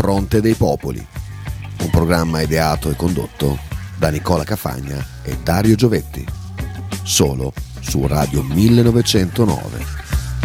Fronte dei Popoli, un programma ideato e condotto da Nicola Cafagna e Dario Giovetti, solo su Radio 1909.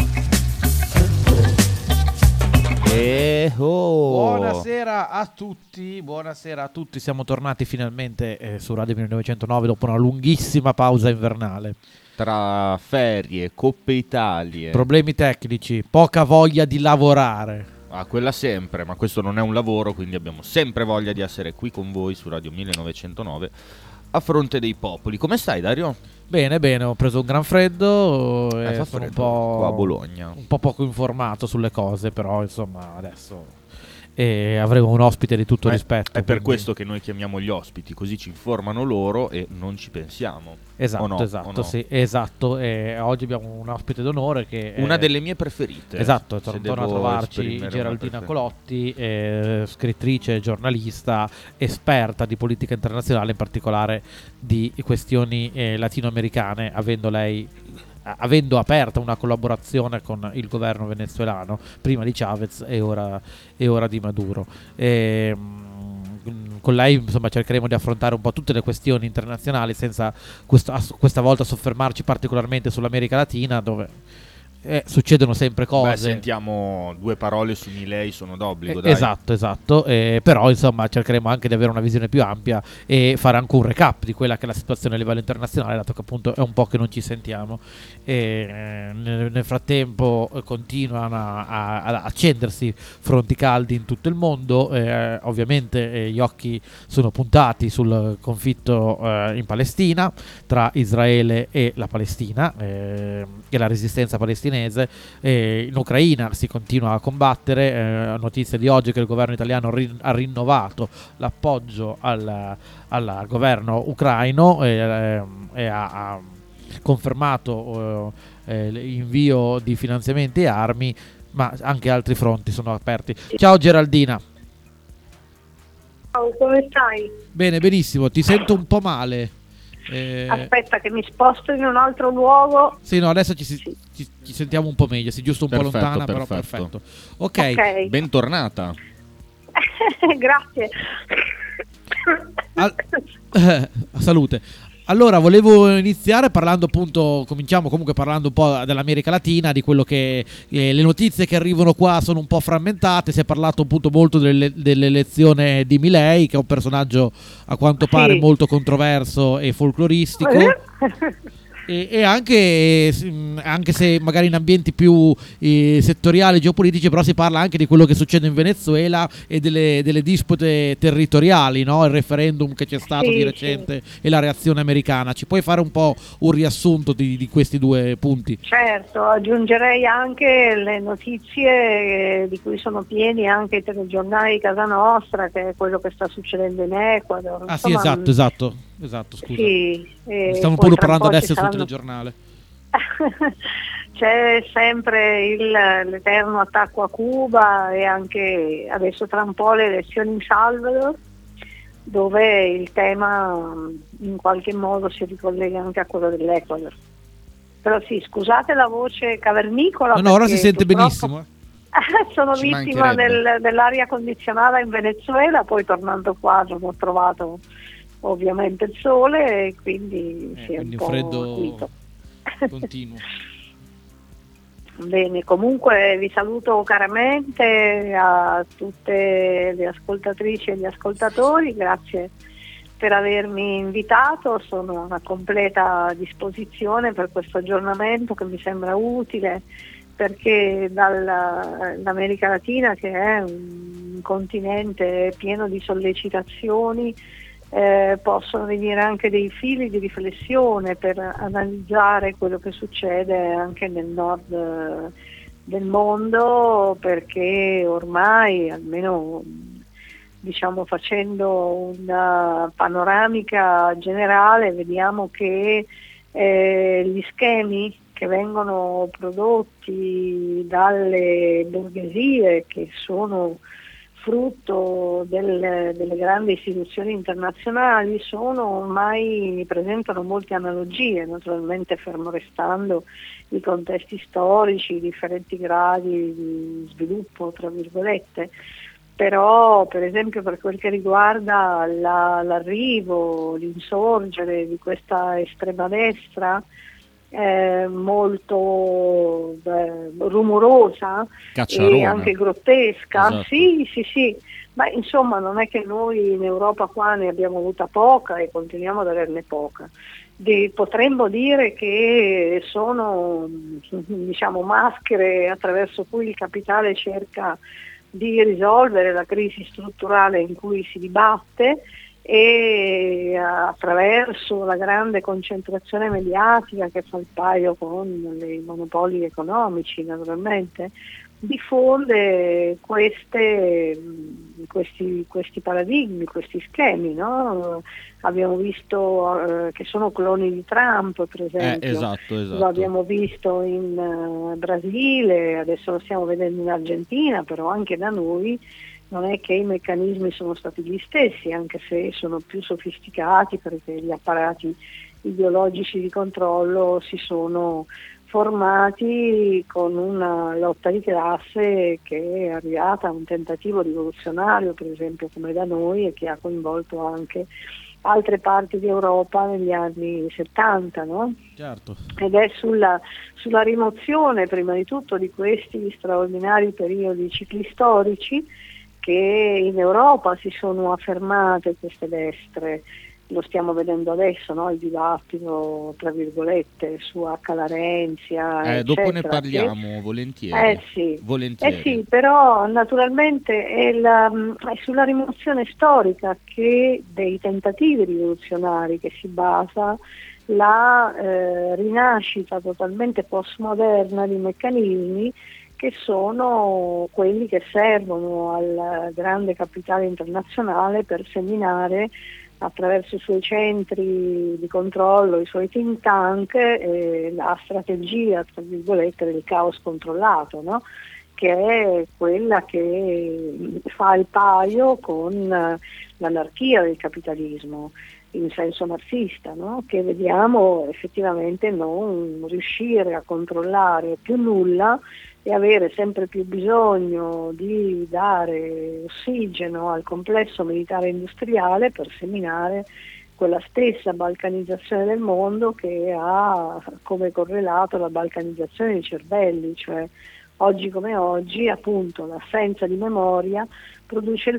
Buonasera a tutti, siamo tornati finalmente su Radio 1909 dopo una lunghissima pausa invernale. Tra ferie, Coppe Italie, problemi tecnici, poca voglia di lavorare. Quella sempre, ma questo non è un lavoro, quindi abbiamo sempre voglia di essere qui con voi su Radio 1909 a Fronte dei Popoli. Come stai, Dario? Bene, ho preso un gran freddo e fa sono freddo un po' qua a Bologna. Un po' poco informato sulle cose, però insomma adesso avremo un ospite di tutto rispetto. È per questo che noi chiamiamo gli ospiti, così ci informano loro e non ci pensiamo. Esatto, sì, esatto. E oggi abbiamo un ospite d'onore che è una delle mie preferite. Esatto, torna a trovarci Geraldina Colotti, scrittrice e giornalista, esperta di politica internazionale, in particolare di questioni latinoamericane, avendo aperta una collaborazione con il governo venezuelano, prima di Chavez e ora di Maduro. Con lei insomma cercheremo di affrontare un po' tutte le questioni internazionali senza questa volta soffermarci particolarmente sull'America Latina, dove succedono sempre cose. Sentiamo due parole su Milei sono d'obbligo, dai. Esatto, però insomma cercheremo anche di avere una visione più ampia e fare anche un recap di quella che è la situazione a livello internazionale, dato che appunto è un po' che non ci sentiamo. Nel frattempo continuano ad accendersi fronti caldi in tutto il mondo, ovviamente gli occhi sono puntati sul conflitto in Palestina, tra Israele e la Palestina e la resistenza palestinese. In Ucraina si continua a combattere, notizia di oggi che il governo italiano ha rinnovato l'appoggio al governo ucraino e ha confermato l'invio di finanziamenti e armi, ma anche altri fronti sono aperti. Ciao Geraldina. Ciao, come stai? Bene, benissimo, ti sento un po' male. Aspetta che mi sposto in un altro luogo. Sì, no, adesso ci sentiamo un po' meglio, sì, giusto un po' lontana, però perfetto. Ok, bentornata. Grazie. Salute. Allora, volevo iniziare cominciamo comunque parlando un po' dell'America Latina, di quello che le notizie che arrivano qua sono un po' frammentate. Si è parlato appunto molto dell'elezione di Milei, che è un personaggio a quanto pare molto controverso e folcloristico. E anche se magari in ambienti più settoriali, geopolitici, però si parla anche di quello che succede in Venezuela e delle dispute territoriali, no? Il referendum che c'è stato di recente e la reazione americana. Ci puoi fare un po' un riassunto di questi due punti? Certo, aggiungerei anche le notizie di cui sono pieni anche i telegiornali di casa nostra, che è quello che sta succedendo in Ecuador. Sì, esatto, scusa. Sì, stiamo pure parlando adesso sul telegiornale. C'è sempre l'eterno attacco a Cuba e anche adesso tra un po' le elezioni in Salvador, dove il tema in qualche modo si ricollega anche a quello dell'Ecuador. Però sì, scusate la voce cavernicola. No, ora si sente benissimo. Sono vittima dell'aria condizionata in Venezuela, poi tornando qua non ho trovato ovviamente il sole e quindi si è un po' freddo continuo. Bene, comunque vi saluto caramente a tutte le ascoltatrici e gli ascoltatori, grazie per avermi invitato, sono a completa disposizione per questo aggiornamento che mi sembra utile, perché dall'America Latina, che è un continente pieno di sollecitazioni, possono venire anche dei fili di riflessione per analizzare quello che succede anche nel nord del mondo, perché ormai, almeno diciamo facendo una panoramica generale, vediamo che gli schemi che vengono prodotti dalle borghesie, che sono frutto delle grandi istituzioni internazionali, presentano molte analogie, naturalmente fermo restando i contesti storici, i differenti gradi di sviluppo, tra virgolette, però per esempio per quel che riguarda l'arrivo, l'insorgere di questa estrema destra molto rumorosa Cacciarona. e anche grottesca, Esatto. sì, ma insomma non è che noi in Europa qua ne abbiamo avuta poca e continuiamo ad averne poca. Potremmo dire che sono, diciamo, maschere attraverso cui il capitale cerca di risolvere la crisi strutturale in cui si dibatte, e attraverso la grande concentrazione mediatica che fa il paio con i monopoli economici, naturalmente, diffonde questi paradigmi, questi schemi, no? Abbiamo visto che sono cloni di Trump, per esempio. Esatto. Lo abbiamo visto in Brasile, adesso lo stiamo vedendo in Argentina, però anche da noi non è che i meccanismi sono stati gli stessi, anche se sono più sofisticati, perché gli apparati ideologici di controllo si sono formati con una lotta di classe che è arrivata a un tentativo rivoluzionario, per esempio come da noi, e che ha coinvolto anche altre parti d'Europa negli anni 70, no? Certo. Ed è sulla rimozione prima di tutto di questi straordinari periodi cicli storici che in Europa si sono affermate queste destre. Lo stiamo vedendo adesso, no? Il dibattito tra virgolette su H. Larenzia, dopo ne eccetera, parliamo volentieri. sì, però naturalmente è sulla rimozione storica che dei tentativi rivoluzionari che si basa la rinascita totalmente postmoderna di meccanismi che sono quelli che servono al grande capitale internazionale per seminare attraverso i suoi centri di controllo, i suoi think tank, la strategia, tra virgolette, del caos controllato, no? Che è quella che fa il paio con l'anarchia del capitalismo in senso marxista, no? Che vediamo effettivamente non riuscire a controllare più nulla e avere sempre più bisogno di dare ossigeno al complesso militare industriale per seminare quella stessa balcanizzazione del mondo che ha come correlato la balcanizzazione dei cervelli, cioè oggi come oggi appunto l'assenza di memoria produce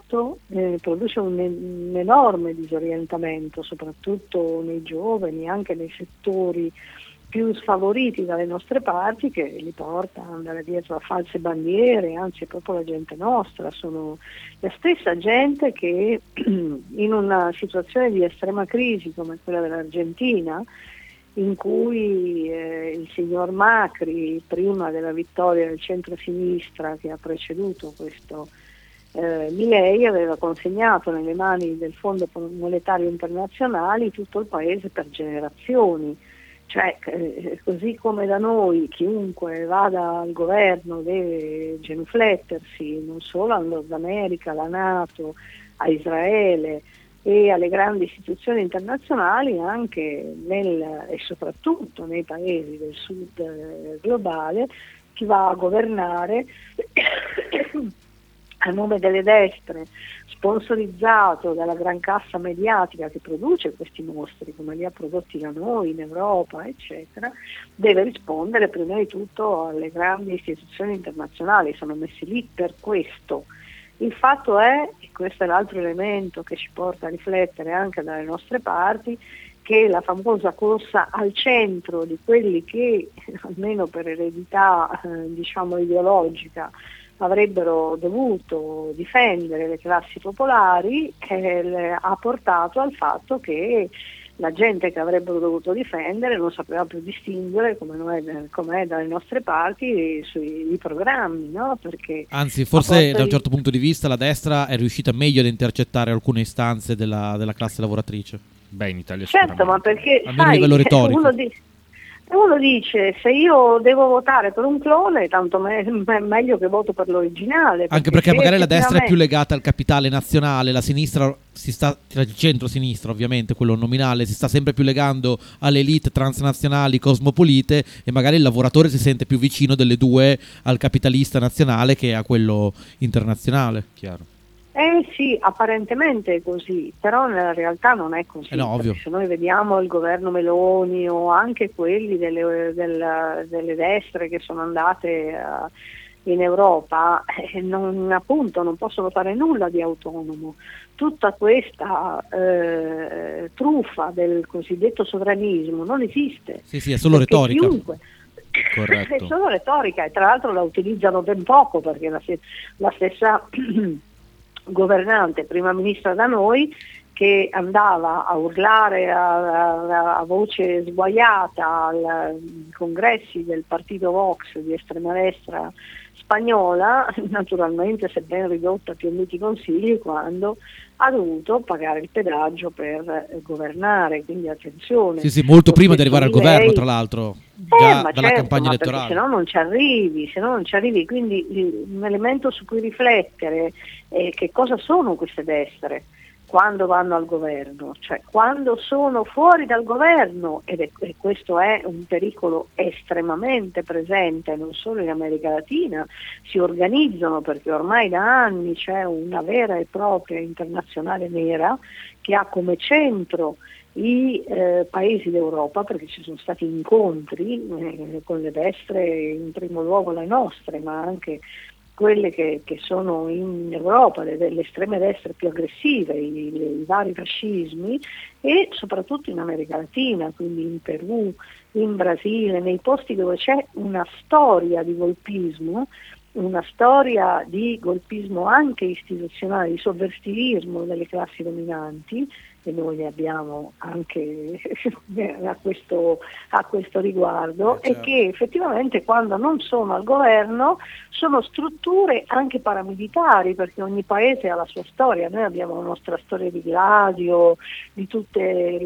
un enorme disorientamento, soprattutto nei giovani, anche nei settori più sfavoriti dalle nostre parti, che li porta ad andare dietro a false bandiere, anzi è proprio la gente nostra, sono la stessa gente che in una situazione di estrema crisi come quella dell'Argentina, in cui il signor Macri, prima della vittoria del centro-sinistra che ha preceduto questo Milei, aveva consegnato nelle mani del Fondo Monetario Internazionale tutto il paese per generazioni. Cioè, così come da noi chiunque vada al governo deve genuflettersi non solo al Nord America, alla NATO, a Israele e alle grandi istituzioni internazionali, anche e soprattutto nei paesi del sud globale, chi va a governare a nome delle destre, sponsorizzato dalla gran cassa mediatica che produce questi mostri, come li ha prodotti da noi in Europa, eccetera, deve rispondere prima di tutto alle grandi istituzioni internazionali, sono messi lì per questo. Il fatto è, e questo è l'altro elemento che ci porta a riflettere anche dalle nostre parti, che la famosa corsa al centro di quelli che, almeno per eredità diciamo ideologica, avrebbero dovuto difendere le classi popolari, ha portato al fatto che la gente che avrebbero dovuto difendere non sapeva più distinguere, come è dalle nostre parti, sui programmi, no? Perché anzi, forse da un certo punto di vista la destra è riuscita meglio ad intercettare alcune istanze della classe lavoratrice. Beh, in Italia certo, ma perché almeno a livello retorico. E uno dice, se io devo votare per un clone, tanto meglio che voto per l'originale. Anche perché magari la destra è effettivamente più legata al capitale nazionale, la sinistra il centro-sinistra ovviamente, quello nominale, si sta sempre più legando alle elite transnazionali cosmopolite, e magari il lavoratore si sente più vicino delle due al capitalista nazionale che a quello internazionale. Chiaro. Sì, apparentemente è così, però nella realtà non è così. No, ovvio. Se noi vediamo il governo Meloni o anche quelli delle destre che sono andate in Europa, appunto non possono fare nulla di autonomo. Tutta questa truffa del cosiddetto sovranismo non esiste. Sì, è solo retorica. Chiunque, Corretto. è solo retorica, e tra l'altro la utilizzano ben poco, perché la stessa governante, prima ministra da noi, che andava a urlare a voce sguaiata ai congressi del partito Vox di estrema destra spagnola, naturalmente se ben ridotta a più consigli, quando ha dovuto pagare il pedaggio per governare, quindi attenzione. Sì, molto prima di arrivare al governo, lei, tra l'altro, già ma dalla certo, campagna ma elettorale. se no non ci arrivi, quindi un elemento su cui riflettere è che cosa sono queste destre quando vanno al governo, cioè quando sono fuori dal governo, e questo è un pericolo estremamente presente non solo in America Latina, si organizzano perché ormai da anni c'è una vera e propria internazionale nera che ha come centro i paesi d'Europa, perché ci sono stati incontri con le destre, in primo luogo le nostre, ma anche quelle che sono in Europa, delle estreme destre più aggressive, i vari fascismi, e soprattutto in America Latina, quindi in Perù, in Brasile, nei posti dove c'è una storia di golpismo, anche istituzionale, di sovversivismo delle classi dominanti, e noi ne abbiamo anche a questo riguardo, certo. E che effettivamente quando non sono al governo sono strutture anche paramilitari, perché ogni paese ha la sua storia. Noi abbiamo la nostra storia di Gladio, di tutte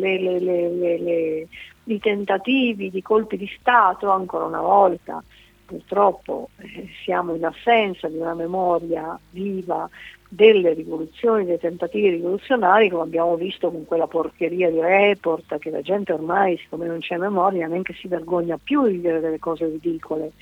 i tentativi di colpi di Stato. Ancora una volta purtroppo siamo in assenza di una memoria viva delle rivoluzioni, dei tentativi rivoluzionari, come abbiamo visto con quella porcheria di Report, che la gente ormai, siccome non c'è memoria, neanche si vergogna più di dire delle cose ridicole,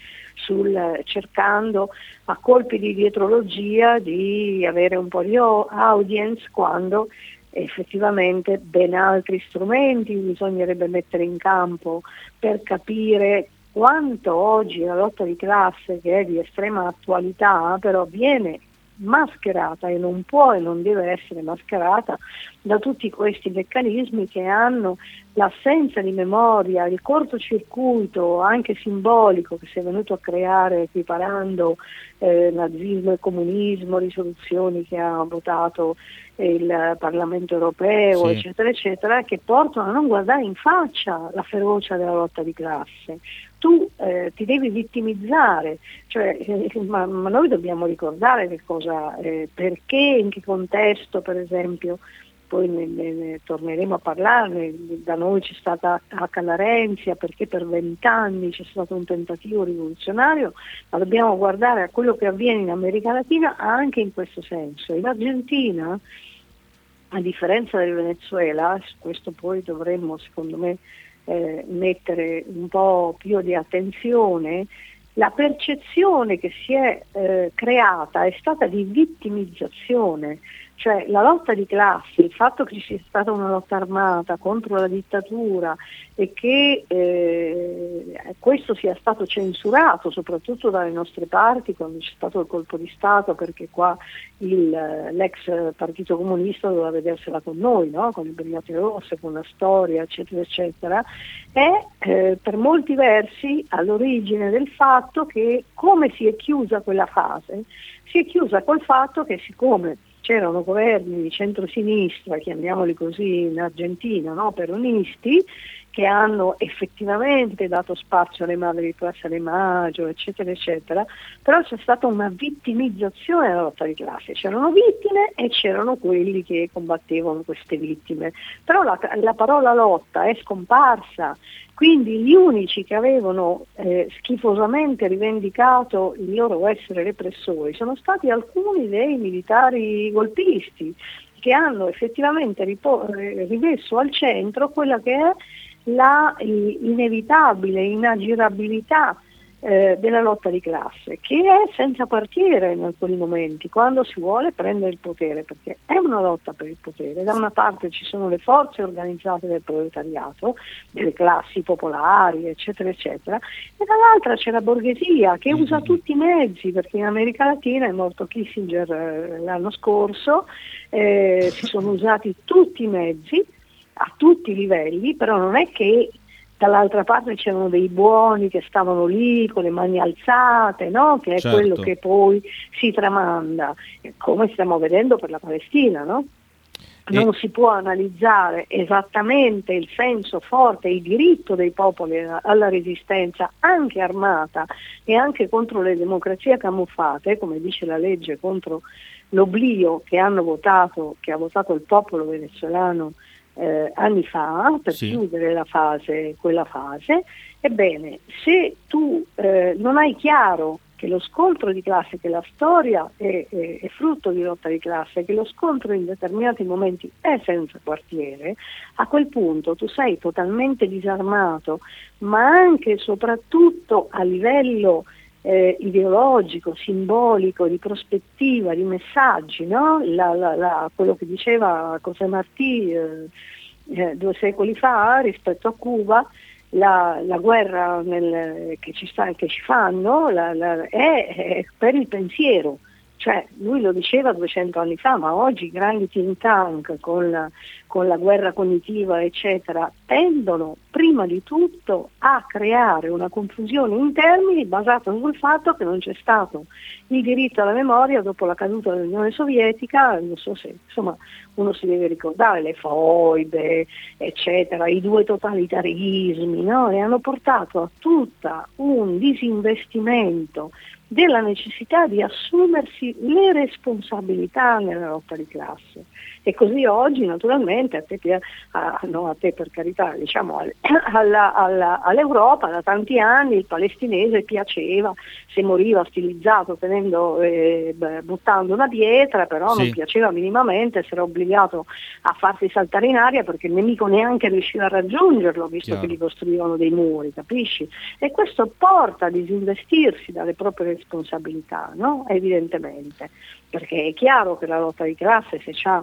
cercando a colpi di dietrologia di avere un po' di audience, quando effettivamente ben altri strumenti bisognerebbe mettere in campo per capire quanto oggi la lotta di classe, che è di estrema attualità, però viene mascherata, e non può e non deve essere mascherata, da tutti questi meccanismi che hanno l'assenza di memoria, il cortocircuito anche simbolico che si è venuto a creare equiparando nazismo e comunismo, risoluzioni che ha votato il Parlamento europeo, sì, eccetera eccetera, che portano a non guardare in faccia la ferocia della lotta di classe. Tu ti devi vittimizzare, cioè, ma noi dobbiamo ricordare che cosa, perché, in che contesto, per esempio, poi ne torneremo a parlarne. Da noi c'è stata a Canarenzia, perché per 20 anni c'è stato un tentativo rivoluzionario, ma dobbiamo guardare a quello che avviene in America Latina anche in questo senso. In Argentina, a differenza del Venezuela, su questo poi dovremmo, secondo me, mettere un po' più di attenzione, la percezione che si è creata è stata di vittimizzazione, cioè la lotta di classe, il fatto che ci sia stata una lotta armata contro la dittatura e che questo sia stato censurato soprattutto dalle nostre parti quando c'è stato il colpo di Stato, perché qua l'ex Partito Comunista doveva vedersela con noi, no? Con le Brigate Rosse, con la storia, eccetera eccetera, è per molti versi all'origine del fatto che, come si è chiusa quella fase, si è chiusa col fatto che, siccome c'erano governi di centrosinistra, chiamiamoli così in Argentina, no? Peronisti, che hanno effettivamente dato spazio alle madri di Piazza de Maggio, eccetera, eccetera, però c'è stata una vittimizzazione della lotta di classe, c'erano vittime e c'erano quelli che combattevano queste vittime, però la parola lotta è scomparsa, quindi gli unici che avevano schifosamente rivendicato il loro essere repressori sono stati alcuni dei militari golpisti, che hanno effettivamente rimesso al centro quella che è la inevitabile inaggirabilità della lotta di classe, che è senza quartiere in alcuni momenti, quando si vuole prendere il potere, perché è una lotta per il potere. Da una parte ci sono le forze organizzate del proletariato, delle classi popolari, eccetera, eccetera, e dall'altra c'è la borghesia che usa tutti i mezzi, perché in America Latina è morto Kissinger l'anno scorso, si sono usati tutti i mezzi a tutti i livelli, però non è che dall'altra parte c'erano dei buoni che stavano lì con le mani alzate, no? Che è quello che poi si tramanda, come stiamo vedendo per la Palestina, no? Non si può analizzare esattamente il senso forte, il diritto dei popoli alla resistenza, anche armata e anche contro le democrazie camuffate, come dice la legge contro l'oblio che ha votato il popolo venezuelano anni fa per chiudere quella fase. Ebbene, se tu non hai chiaro che lo scontro di classe, che la storia è frutto di lotta di classe, che lo scontro in determinati momenti è senza quartiere, a quel punto tu sei totalmente disarmato, ma anche e soprattutto a livello ideologico, simbolico, di prospettiva, di messaggi, no? Quello che diceva José Martí 2 secoli fa rispetto a Cuba, la guerra che ci fanno è per il pensiero. Cioè, lui lo diceva 200 anni fa, ma oggi i grandi think tank con la guerra cognitiva, eccetera, tendono prima di tutto a creare una confusione in termini basata sul fatto che non c'è stato il diritto alla memoria dopo la caduta dell'Unione Sovietica. Non so se insomma uno si deve ricordare le foibe, eccetera, i 2 totalitarismi, no? E hanno portato a tutta un disinvestimento della necessità di assumersi le responsabilità nella lotta di classe. E così oggi naturalmente non a te per carità, diciamo all'Europa da tanti anni il palestinese piaceva se moriva stilizzato buttando una pietra, però non piaceva minimamente, si era obbligato a farsi saltare in aria perché il nemico neanche riusciva a raggiungerlo, visto che gli costruivano dei muri, capisci? E questo porta a disinvestirsi dalle proprie responsabilità, no? Evidentemente, perché è chiaro che la lotta di classe, se c'ha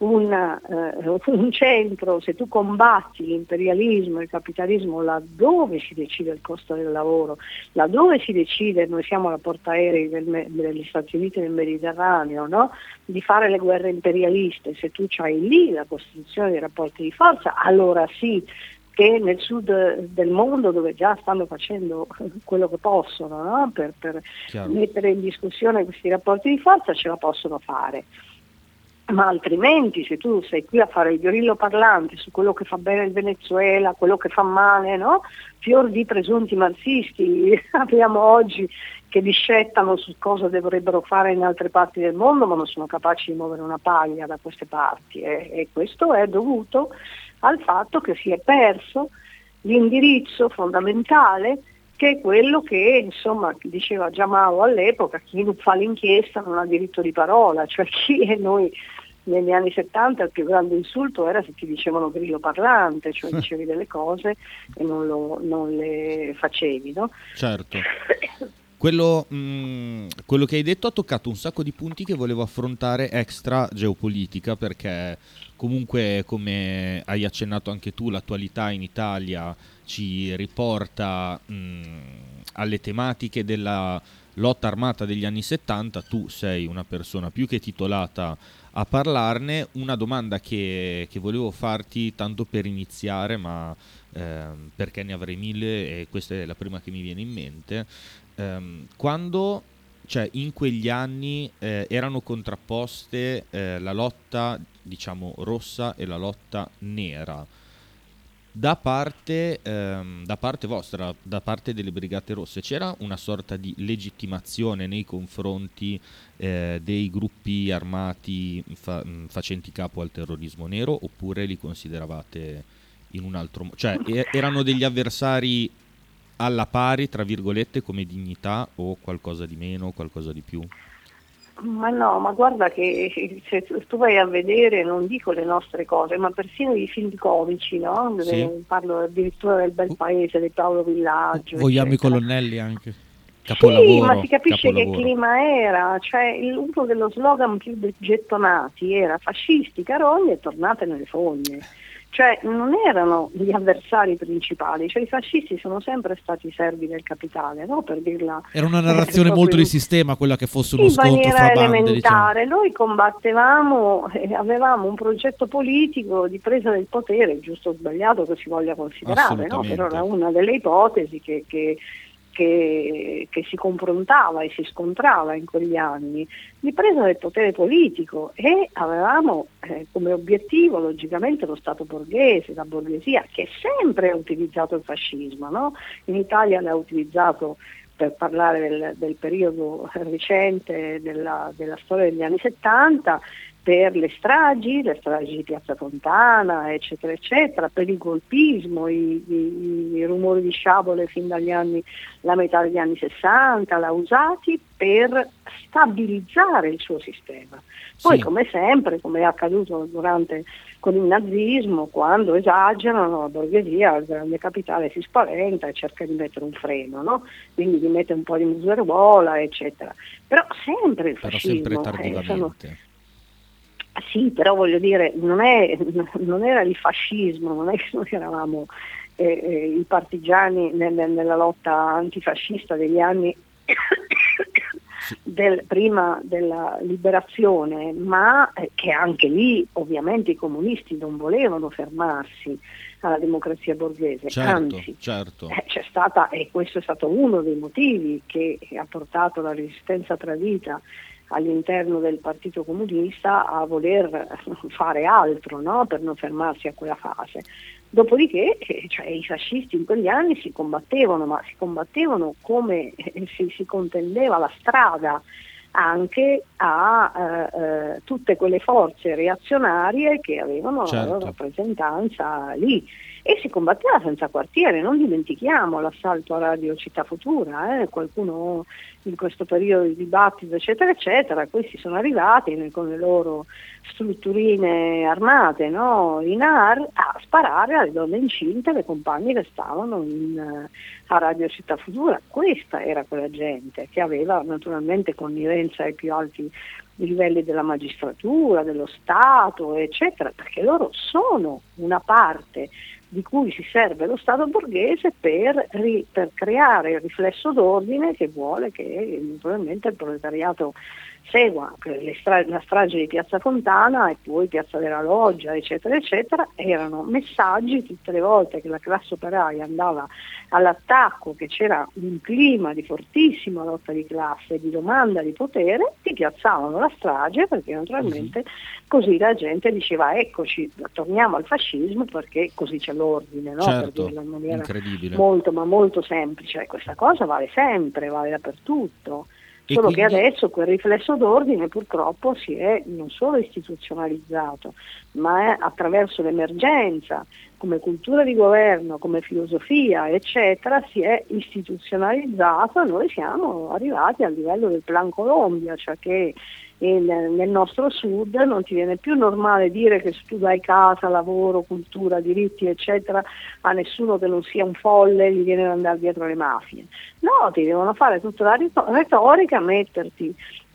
un centro, se tu combatti l'imperialismo e il capitalismo laddove si decide il costo del lavoro, laddove si decide, noi siamo alla portaerei degli Stati Uniti nel Mediterraneo, no? Di fare le guerre imperialiste, se tu c'hai lì la costituzione dei rapporti di forza, allora sì che nel sud del mondo, dove già stanno facendo quello che possono, no? per mettere in discussione questi rapporti di forza, ce la possono fare. Ma altrimenti, se tu sei qui a fare il grillo parlante su quello che fa bene il Venezuela, quello che fa male, no? Fior di presunti marxisti abbiamo oggi che discettano su cosa dovrebbero fare in altre parti del mondo, ma non sono capaci di muovere una paglia da queste parti, e questo è dovuto al fatto che si è perso l'indirizzo fondamentale, che è quello che insomma diceva già Mao all'epoca: chi non fa l'inchiesta non ha diritto di parola, cioè noi negli anni 70 il più grande insulto era se ti dicevano grillo parlante, cioè dicevi delle cose e non le facevi, no? Certo. Quello che hai detto ha toccato un sacco di punti che volevo affrontare extra geopolitica, perché comunque, come hai accennato anche tu, l'attualità in Italia ci riporta alle tematiche della lotta armata degli anni 70. Tu sei una persona più che titolata a parlarne. Una domanda che volevo farti, tanto per iniziare, ma perché ne avrei mille e questa è la prima che mi viene in mente. Quando, cioè in quegli anni, erano contrapposte la lotta, diciamo, rossa e la lotta nera, da parte vostra, da parte delle Brigate Rosse, c'era una sorta di legittimazione nei confronti dei gruppi armati facenti capo al terrorismo nero, oppure li consideravate in un altro modo? Cioè, erano degli avversari alla pari, tra virgolette, come dignità, o qualcosa di meno, qualcosa di più? Ma no, ma guarda che se tu vai a vedere, non dico le nostre cose, ma persino i film comici, no? Sì. Parlo addirittura del Bel Paese, di Paolo Villaggio. Vogliamo eccetera. i colonnelli anche. Capolavoro, Sì, ma si capisce capolavoro. che clima era, cioè uno dello slogan più gettonati era fascisti, carogne e tornate nelle fogne. Cioè non erano gli avversari principali, cioè i fascisti sono sempre stati i servi del capitale, no? Per dirla. Era una narrazione molto di sistema, quella che fosse uno In scontro maniera fra bande, diciamo. elementare, noi combattevamo, avevamo un progetto politico di presa del potere, giusto o sbagliato che si voglia considerare, no? Però era una delle ipotesi che si confrontava e si scontrava in quegli anni di presa del potere politico, e avevamo come obiettivo logicamente lo Stato borghese, la borghesia, che sempre ha utilizzato il fascismo, no? In Italia l'ha utilizzato per parlare del periodo recente della storia degli anni 70, per le stragi di Piazza Fontana, eccetera, eccetera, per il golpismo, i rumori di sciabole fin la metà degli anni 60, l'ha usati per stabilizzare il suo sistema. Poi, Sì. come sempre, come è accaduto con il nazismo, quando esagerano, la borghesia, il grande capitale si spaventa e cerca di mettere un freno, no? Quindi di mettere un po' di museruola, eccetera. Però sempre il fascismo. Però sempre tardivamente. Sì, però voglio dire, non era il fascismo, non è che noi eravamo i partigiani nella lotta antifascista degli anni prima della liberazione, ma che anche lì ovviamente i comunisti non volevano fermarsi alla democrazia borghese, anzi certo. C'è stata, e questo è stato uno dei motivi che ha portato la resistenza tradita all'interno del Partito Comunista a voler fare altro, no? Per non fermarsi a quella fase. Dopodiché cioè, i fascisti in quegli anni si combattevano, ma si combattevano come si contendeva la strada anche a tutte quelle forze reazionarie che avevano la loro rappresentanza lì. E si combatteva senza quartiere, non dimentichiamo l'assalto a Radio Città Futura, qualcuno in questo periodo di dibattito eccetera eccetera, questi sono arrivati con le loro strutturine armate, no? In AR a sparare alle donne incinte, le compagne che stavano a Radio Città Futura. Questa era quella gente che aveva naturalmente connivenza ai più alti livelli della magistratura, dello Stato eccetera, perché loro sono una parte di cui si serve lo Stato borghese per creare il riflesso d'ordine che vuole che naturalmente il proletariato segua. La strage di Piazza Fontana e poi Piazza della Loggia eccetera eccetera erano messaggi tutte le volte che la classe operaia andava all'attacco, che c'era un clima di fortissima lotta di classe, di domanda di potere, ti piazzavano la strage, perché naturalmente così la gente diceva eccoci, torniamo al fascismo perché così c'è l'ordine, no? Per dirlo in maniera molto ma molto semplice. Questa cosa vale sempre, vale dappertutto. Solo che adesso quel riflesso d'ordine purtroppo si è non solo istituzionalizzato, ma è attraverso l'emergenza, come cultura di governo, come filosofia, eccetera, si è istituzionalizzato. Noi siamo arrivati al livello del Plan Colombia, cioè che nel nostro sud non ti viene più normale dire che se tu dai casa, lavoro, cultura, diritti eccetera a nessuno che non sia un folle gli viene ad andare dietro le mafie. No, ti devono fare tutta la retorica, metterti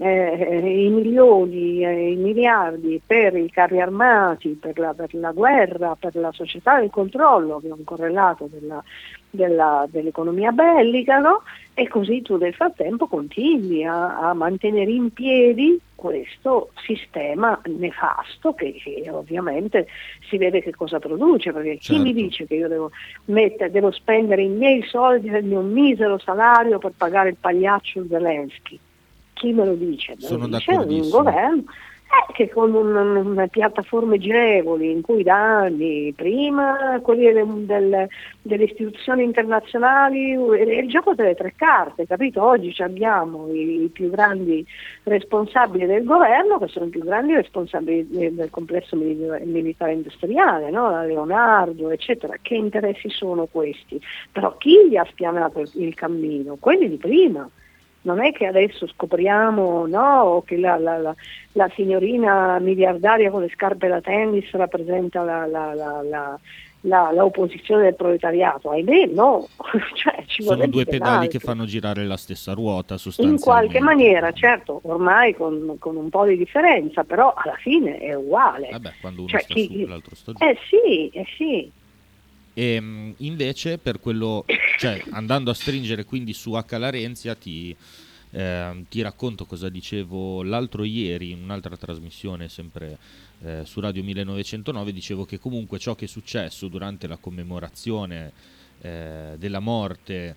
i milioni, i miliardi per i carri armati, per la guerra, per la società del controllo, che è un correlato dell'economia bellica, no? E così tu nel frattempo continui a mantenere in piedi questo sistema nefasto che ovviamente si vede che cosa produce, perché chi mi dice che io devo spendere i miei soldi del mio misero salario per pagare il pagliaccio Zelensky? Chi me lo dice? Sono un governo Che con una piattaforme girevoli in cui da anni, prima quelli delle istituzioni internazionali, è il gioco delle tre carte, capito? Oggi abbiamo i più grandi responsabili del governo, che sono i più grandi responsabili del complesso militare industriale, no? La Leonardo, eccetera. Che interessi sono questi? Però chi gli ha spianato il cammino? Quelli di prima. Non è che adesso scopriamo, no, che la signorina miliardaria con le scarpe da tennis rappresenta l'opposizione del proletariato. Ahimè, no. Cioè, sono due pedali che fanno girare la stessa ruota sostanzialmente. In qualche maniera, certo, ormai con un po' di differenza, però alla fine è uguale. Vabbè, quando uno sta su, l'altro sta giù. Sì. E invece per quello, cioè andando a stringere quindi su H. Larenzia, ti racconto cosa dicevo l'altro ieri in un'altra trasmissione sempre su Radio 1909. Dicevo che comunque ciò che è successo durante la commemorazione della morte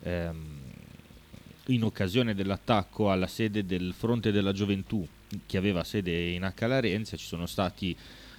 in occasione dell'attacco alla sede del Fronte della Gioventù, che aveva sede in H. Larenzia, ci sono stati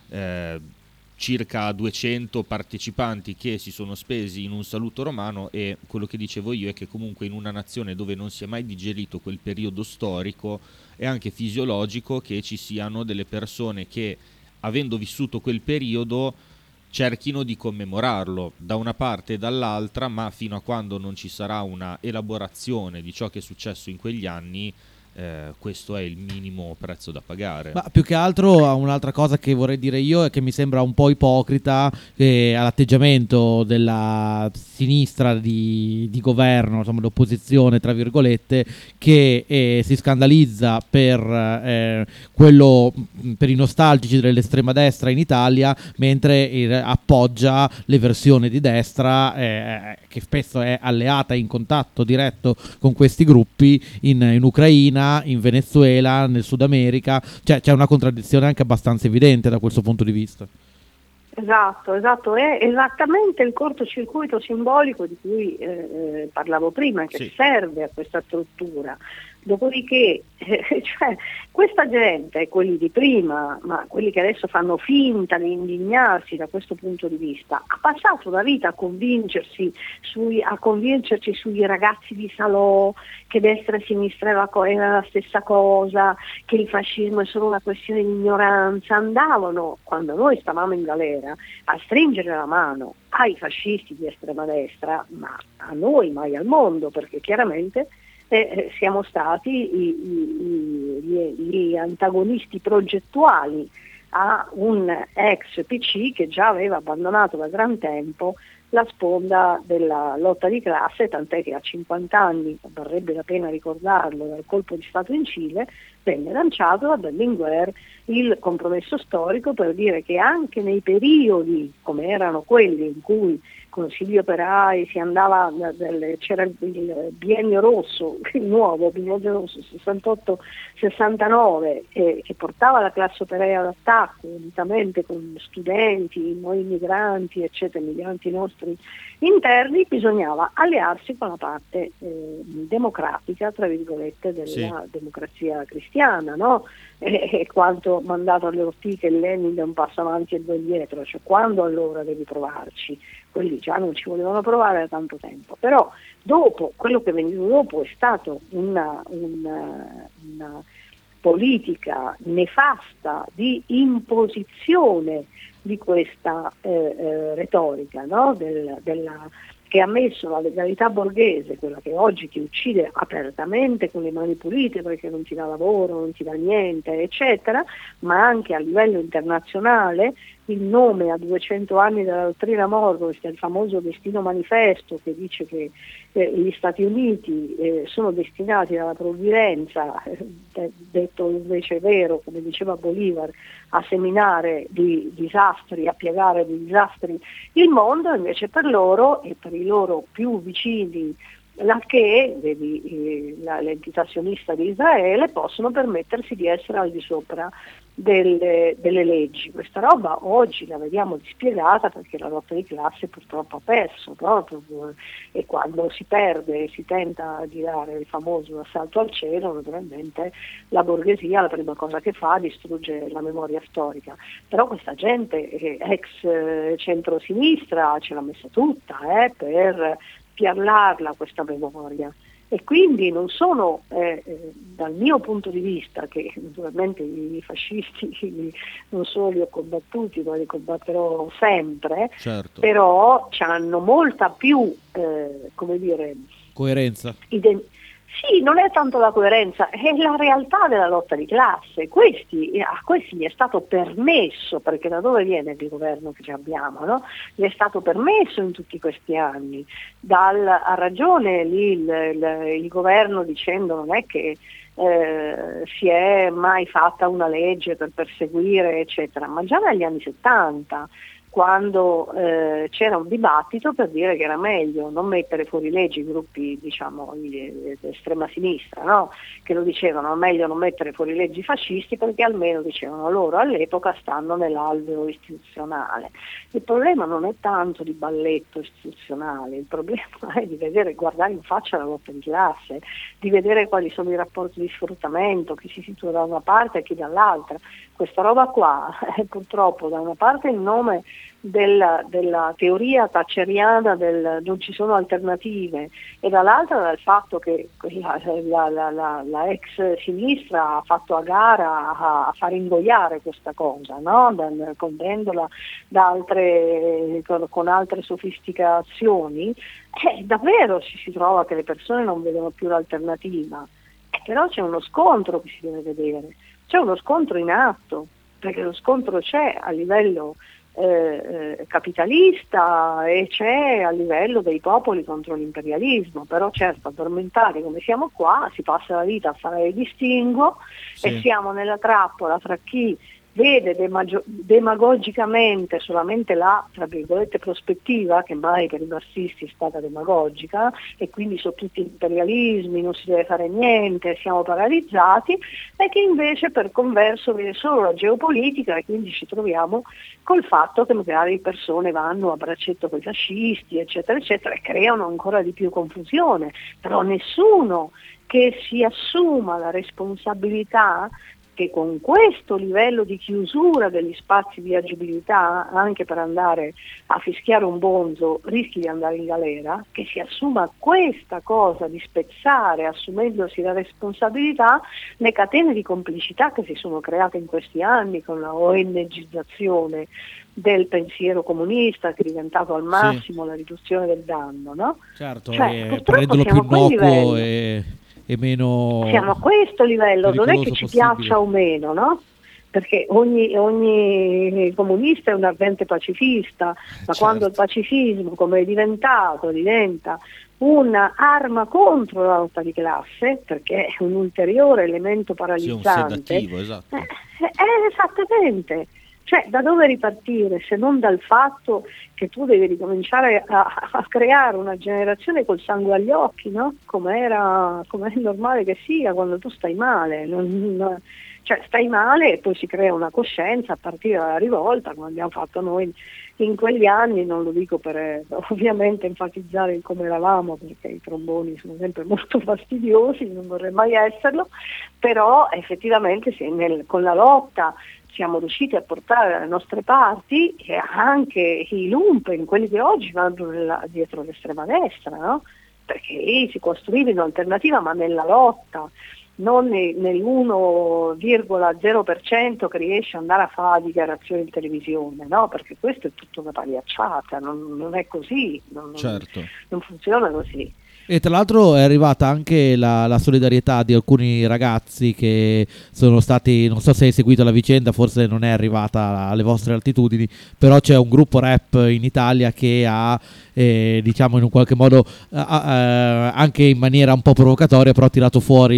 circa 200 partecipanti che si sono spesi in un saluto romano, e quello che dicevo io è che comunque in una nazione dove non si è mai digerito quel periodo storico è anche fisiologico che ci siano delle persone che, avendo vissuto quel periodo, cerchino di commemorarlo da una parte e dall'altra, ma fino a quando non ci sarà una elaborazione di ciò che è successo in quegli anni, questo è il minimo prezzo da pagare. Ma più che altro un'altra cosa che vorrei dire io è che mi sembra un po' ipocrita all'atteggiamento della sinistra di governo, insomma l'opposizione tra virgolette, che si scandalizza per quello, per i nostalgici dell'estrema destra in Italia, mentre appoggia le versioni di destra che spesso è alleata, in contatto diretto con questi gruppi in Ucraina, in Venezuela, nel Sud America. Cioè c'è una contraddizione anche abbastanza evidente da questo punto di vista. Esatto, è esattamente il cortocircuito simbolico di cui parlavo prima, che sì, serve a questa struttura. Dopodiché, cioè, questa gente, quelli di prima, ma quelli che adesso fanno finta di indignarsi da questo punto di vista, ha passato la vita a convincerci sui ragazzi di Salò, che destra e sinistra era la stessa cosa, che il fascismo è solo una questione di ignoranza. Andavano, quando noi stavamo in galera, a stringere la mano ai fascisti di estrema destra, ma a noi mai al mondo, perché chiaramente siamo stati gli antagonisti progettuali a un ex PC che già aveva abbandonato da gran tempo la sponda della lotta di classe, tant'è che a 50 anni, varrebbe la pena ricordarlo, dal colpo di Stato in Cile, venne lanciato da Berlinguer il compromesso storico per dire che anche nei periodi, come erano quelli in cui consigli operai si andava, c'era il biennio rosso, il nuovo biennio rosso 68-69, che portava la classe operaia all'attacco, unitamente con studenti, noi migranti, eccetera, migranti nostri interni, bisognava allearsi con la parte democratica, tra virgolette, della democrazia cristiana, no? E quanto mandato alle ortiche il Lenin è un passo avanti e due indietro, cioè quando allora devi provarci? Quelli già non ci volevano provare da tanto tempo, però dopo, quello che è venuto dopo è stato una politica nefasta di imposizione di questa retorica, no? Che ha messo la legalità borghese, quella che oggi ti uccide apertamente con le mani pulite perché non ti dà lavoro, non ti dà niente, eccetera, ma anche a livello internazionale, il nome a 200 anni della dottrina Monroe, il famoso destino manifesto che dice che gli Stati Uniti sono destinati dalla provvidenza, detto invece vero, come diceva Bolivar, a seminare di disastri, a piegare di disastri il mondo. Invece per loro e per i loro più vicini la che l'entità sionista di Israele possono permettersi di essere al di sopra delle leggi. Questa roba oggi la vediamo dispiegata perché la lotta di classe purtroppo ha perso, no? E quando si perde e si tenta di dare il famoso assalto al cielo, naturalmente la borghesia la prima cosa che fa è distruggere la memoria storica. Però questa gente ex centrosinistra ce l'ha messa tutta per piallarla questa memoria. E quindi non sono, dal mio punto di vista, che naturalmente i fascisti non solo li ho combattuti, ma li combatterò sempre, certo, però hanno molta più, coerenza. Sì, non è tanto la coerenza, è la realtà della lotta di classe. A questi gli è stato permesso, perché da dove viene il governo che abbiamo, no? Gli è stato permesso in tutti questi anni. Ha ragione lì il governo dicendo non è che si è mai fatta una legge per perseguire, eccetera, ma già dagli anni 70, quando c'era un dibattito per dire che era meglio non mettere fuori legge i gruppi, diciamo, di estrema sinistra, no? Che lo dicevano, meglio non mettere fuori leggi i fascisti perché almeno, dicevano loro, all'epoca stanno nell'alveo istituzionale. Il problema non è tanto di balletto istituzionale, il problema è di guardare in faccia la lotta di classe, di vedere quali sono i rapporti di sfruttamento, chi si situa da una parte e chi dall'altra. Questa roba qua è purtroppo da una parte in nome della teoria thatcheriana del non ci sono alternative e dall'altra dal fatto che la ex sinistra ha fatto a gara a far ingoiare questa cosa, no? Condendola con altre sofisticazioni, davvero si trova che le persone non vedono più l'alternativa, però c'è uno scontro che si deve vedere. C'è uno scontro in atto, perché lo scontro c'è a livello capitalista e c'è a livello dei popoli contro l'imperialismo, però certo addormentati come siamo qua si passa la vita a fare distinguo, sì, e siamo nella trappola fra chi vede demagogicamente solamente la, tra virgolette, prospettiva, che mai per i marxisti è stata demagogica, e quindi sono tutti imperialismi, non si deve fare niente, siamo paralizzati, e che invece per converso vede solo la geopolitica, e quindi ci troviamo col fatto che magari persone vanno a braccetto con i fascisti, eccetera, eccetera, e creano ancora di più confusione, però nessuno che si assuma la responsabilità che con questo livello di chiusura degli spazi di agibilità, anche per andare a fischiare un bonzo, rischi di andare in galera, che si assuma questa cosa di spezzare, assumendosi la responsabilità, le catene di complicità che si sono create in questi anni con la ONGizzazione del pensiero comunista, che è diventato al massimo, sì, la riduzione del danno, no? Certo, per renderlo più innocuo e meno, siamo a questo livello, non è che ci piaccia o meno, no? Perché ogni comunista è un ardente pacifista, ma certo, quando il pacifismo, come è diventa un'arma contro la lotta di classe, perché è un ulteriore elemento paralizzante, sì, un sedativo, esatto. Esattamente. Cioè, da dove ripartire se non dal fatto che tu devi ricominciare a creare una generazione col sangue agli occhi, no? Come è normale che sia quando tu stai male. Cioè, stai male e poi si crea una coscienza a partire dalla rivolta, come abbiamo fatto noi in quegli anni. Non lo dico per ovviamente enfatizzare il come eravamo, perché i tromboni sono sempre molto fastidiosi, non vorrei mai esserlo, però effettivamente con la lotta siamo riusciti a portare dalle nostre parti e anche i lumpen, quelli che oggi vanno dietro l'estrema destra, no? Perché si costruiva in alternativa, ma nella lotta, non nell'1,0% che riesce ad andare a fare dichiarazioni in televisione, no? Perché questo è tutto una pagliacciata, non è così, certo, non funziona così. E tra l'altro è arrivata anche la solidarietà di alcuni ragazzi che sono stati, non so se hai seguito la vicenda, forse non è arrivata alle vostre altitudini, però c'è un gruppo rap in Italia che ha, diciamo in un qualche modo, anche in maniera un po' provocatoria, però ha tirato fuori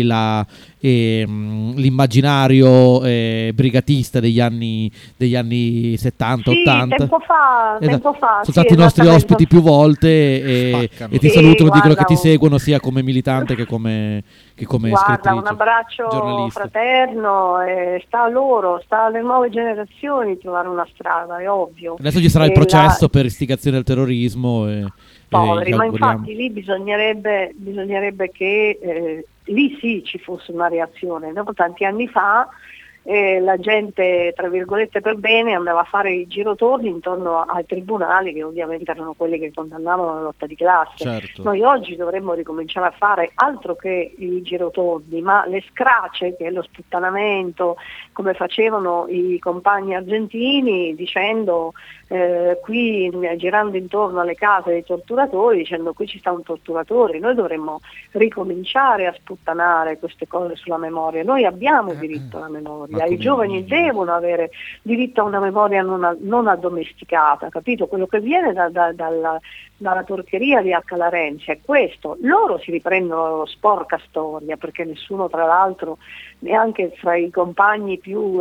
l'immaginario brigatista degli anni 70, sì, 80. Tempo fa sono sì, stati i nostri ospiti più volte e ti salutano, dicono che ti seguono sia come militante che come Guarda, un scrittrice, abbraccio giornalista. fraterno, sta a loro, sta alle nuove generazioni trovare una strada, è ovvio. Adesso ci sarà il processo per istigazione al terrorismo e poveri, gli ma auguriamo. infatti lì bisognerebbe che lì sì ci fosse una reazione. Dopo tanti anni fa la gente, tra virgolette per bene, andava a fare i girotorni intorno ai tribunali, che ovviamente erano quelli che condannavano la lotta di classe. Certo. Noi oggi dovremmo ricominciare a fare altro che i girotorni, ma le scrace, che è lo sputtanamento, come facevano i compagni argentini, dicendo qui, girando intorno alle case dei torturatori, dicendo qui ci sta un torturatore. Noi dovremmo ricominciare a sputtanare queste cose sulla memoria. Noi abbiamo diritto alla memoria, i giovani devono avere diritto a una memoria non addomesticata, capito? Quello che viene dalla porcheria di H. La Renzi è questo. Loro si riprendono la loro sporca storia, perché nessuno, tra l'altro, neanche fra i compagni più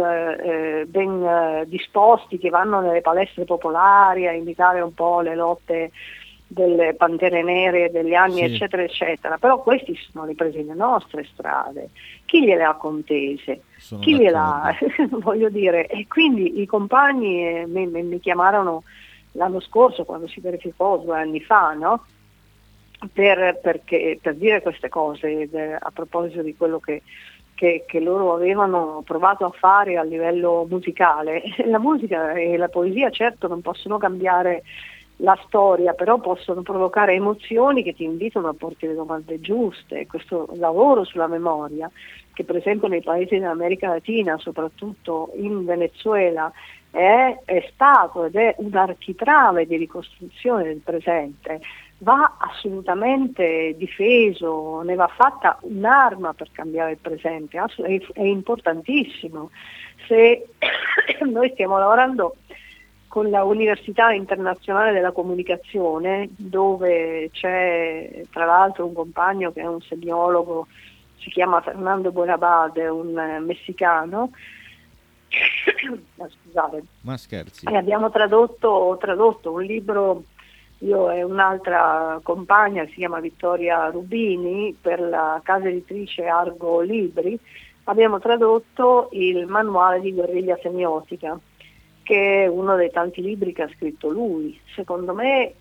ben disposti, che vanno nelle palestre popolari a imitare un po' le lotte delle Pantere Nere degli anni, Sì. eccetera eccetera, però questi si sono ripresi le nostre strade. Chi gliele ha contese? Sono Chi gliela d'accordo. voglio dire, e quindi i compagni mi chiamarono l'anno scorso, quando si verificò 2 anni fa, no? Per dire queste cose, a proposito di quello che loro avevano provato a fare a livello musicale. La musica e la poesia certo non possono cambiare la storia, però possono provocare emozioni che ti invitano a porti le domande giuste. Questo lavoro sulla memoria, che per esempio nei paesi dell'America Latina, soprattutto in Venezuela, è stato ed è un architrave di ricostruzione del presente, va assolutamente difeso, ne va fatta un'arma per cambiare il presente, è importantissimo. Se noi stiamo lavorando con la Università Internazionale della Comunicazione, dove c'è tra l'altro un compagno che è un semiologo, si chiama Fernando Buenabade, un messicano, scusate, Ma scherzi. e abbiamo tradotto un libro, io e un'altra compagna, si chiama Vittoria Rubini, per la casa editrice Argo Libri, abbiamo tradotto il manuale di guerriglia semiotica, che è uno dei tanti libri che ha scritto lui. Secondo me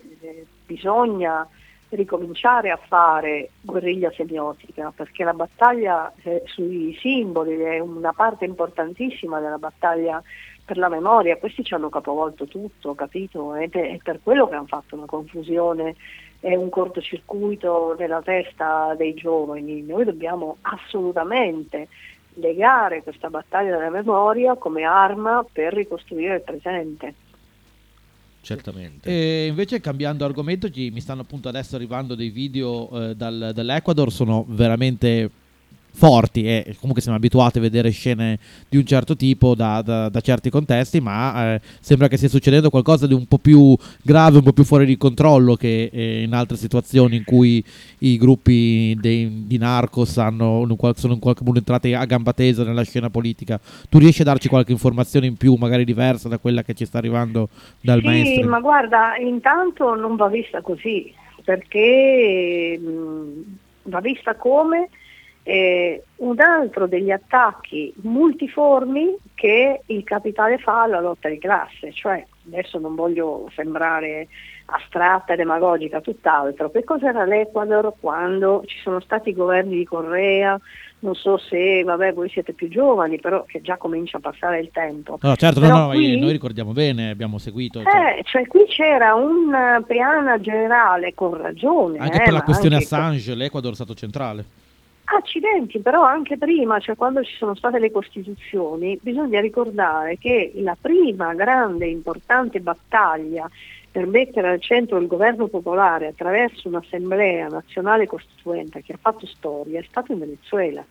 bisogna ricominciare a fare guerriglia semiotica, perché la battaglia sui simboli è una parte importantissima della battaglia per la memoria. Questi ci hanno capovolto tutto, capito? Ed è per quello che hanno fatto una confusione e un cortocircuito nella testa dei giovani. Noi dobbiamo assolutamente legare questa battaglia della memoria come arma per ricostruire il presente. Certamente. E invece, cambiando argomento, mi stanno appunto adesso arrivando dei video dall'Ecuador, sono veramente forti e comunque siamo abituati a vedere scene di un certo tipo da certi contesti, ma sembra che stia succedendo qualcosa di un po' più grave, un po' più fuori di controllo che in altre situazioni in cui i gruppi di narcos sono in qualche modo entrati a gamba tesa nella scena politica. Tu riesci a darci qualche informazione in più, magari diversa da quella che ci sta arrivando dal mainstream? Sì, ma guarda, intanto non va vista così, perché va vista come un altro degli attacchi multiformi che il capitale fa alla lotta di classe. Cioè, adesso non voglio sembrare astratta e demagogica, tutt'altro. Che cos'era l'Ecuador quando ci sono stati i governi di Correa? Non so se, voi siete più giovani, però che già comincia a passare il tempo. No, certo, però noi ricordiamo bene, abbiamo seguito. Cioè qui c'era un piano generale con ragione. Anche per la questione anche Assange, l'Ecuador è stato centrale. Accidenti, però anche prima, cioè quando ci sono state le costituzioni, bisogna ricordare che la prima grande importante battaglia per mettere al centro il governo popolare attraverso un'assemblea nazionale costituente che ha fatto storia è stato in Venezuela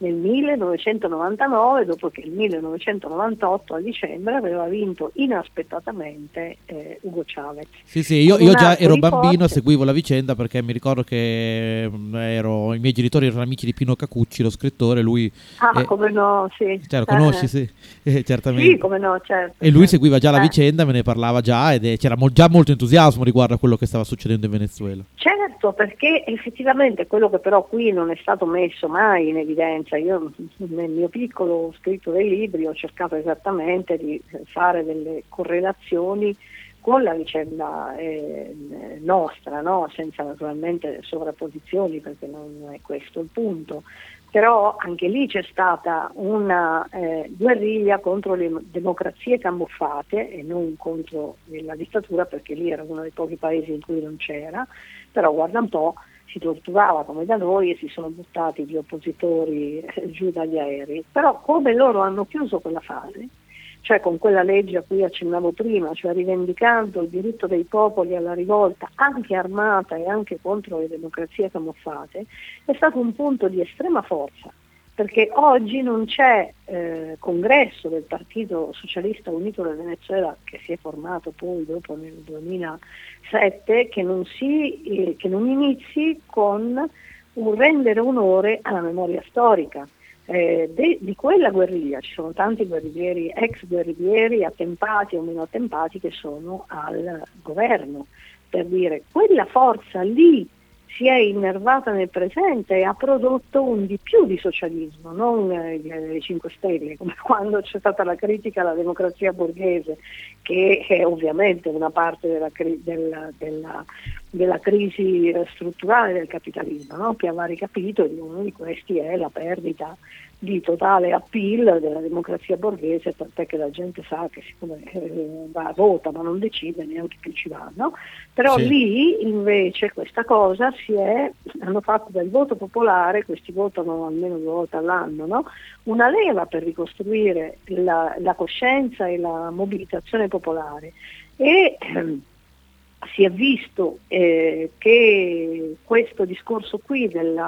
nel 1999, dopo che il 1998 a dicembre aveva vinto inaspettatamente Hugo Chavez. Sì, io già ero bambino, seguivo la vicenda perché mi ricordo che i miei genitori erano amici di Pino Cacucci, lo scrittore, lui... come no, sì. Lo conosci, sì, certamente. Sì, come no, certo. E lui seguiva già la vicenda, me ne parlava già ed c'era già molto entusiasmo riguardo a quello che stava succedendo in Venezuela. Certo, perché effettivamente quello che però qui non è stato messo mai in evidenza, io nel mio piccolo ho scritto dei libri, ho cercato esattamente di fare delle correlazioni con la vicenda nostra, no? Senza naturalmente sovrapposizioni, perché non è questo il punto. Però anche lì c'è stata una guerriglia contro le democrazie camuffate e non contro la dittatura, perché lì era uno dei pochi paesi in cui non c'era, però guarda un po', si torturava come da noi e si sono buttati gli oppositori giù dagli aerei. Però come loro hanno chiuso quella fase, cioè con quella legge a cui accennavo prima, cioè rivendicando il diritto dei popoli alla rivolta anche armata e anche contro le democrazie camuffate, è stato un punto di estrema forza, perché oggi non c'è congresso del Partito Socialista Unito del Venezuela, che si è formato poi dopo nel 2007, che non inizi con un rendere onore alla memoria storica. Di quella guerriglia ci sono tanti guerriglieri, ex guerriglieri, attempati o meno attempati, che sono al governo, per dire quella forza lì si è innervata nel presente e ha prodotto un di più di socialismo, non i 5 Stelle, come quando c'è stata la critica alla democrazia borghese, che è ovviamente una parte della crisi strutturale del capitalismo, no? Che a vari capitoli, uno di questi è la perdita di totale appeal della democrazia borghese, tant'è che la gente sa che siccome vota ma non decide, neanche più ci vanno. Però sì, lì invece questa cosa hanno fatto del voto popolare, questi votano almeno 2 volte all'anno, no? Una leva per ricostruire la coscienza e la mobilitazione popolare. E si è visto che questo discorso qui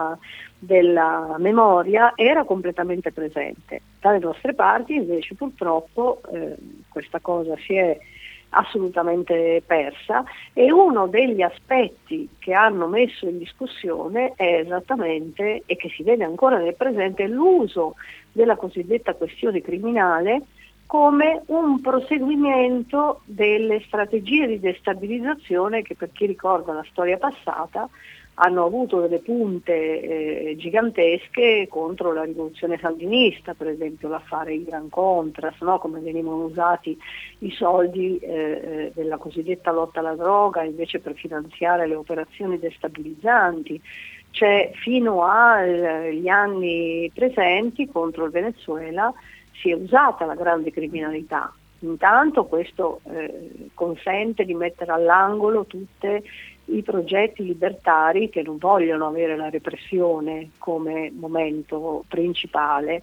della memoria era completamente presente. Dalle nostre parti invece purtroppo questa cosa si è assolutamente persa, e uno degli aspetti che hanno messo in discussione è esattamente, e che si vede ancora nel presente, l'uso della cosiddetta questione criminale come un proseguimento delle strategie di destabilizzazione che, per chi ricorda la storia passata, hanno avuto delle punte gigantesche contro la rivoluzione sandinista, per esempio l'affare Iran-Contras, no? Come venivano usati i soldi della cosiddetta lotta alla droga invece per finanziare le operazioni destabilizzanti. Cioè, fino agli anni presenti contro il Venezuela si è usata la grande criminalità. Intanto questo consente di mettere all'angolo tutti i progetti libertari che non vogliono avere la repressione come momento principale,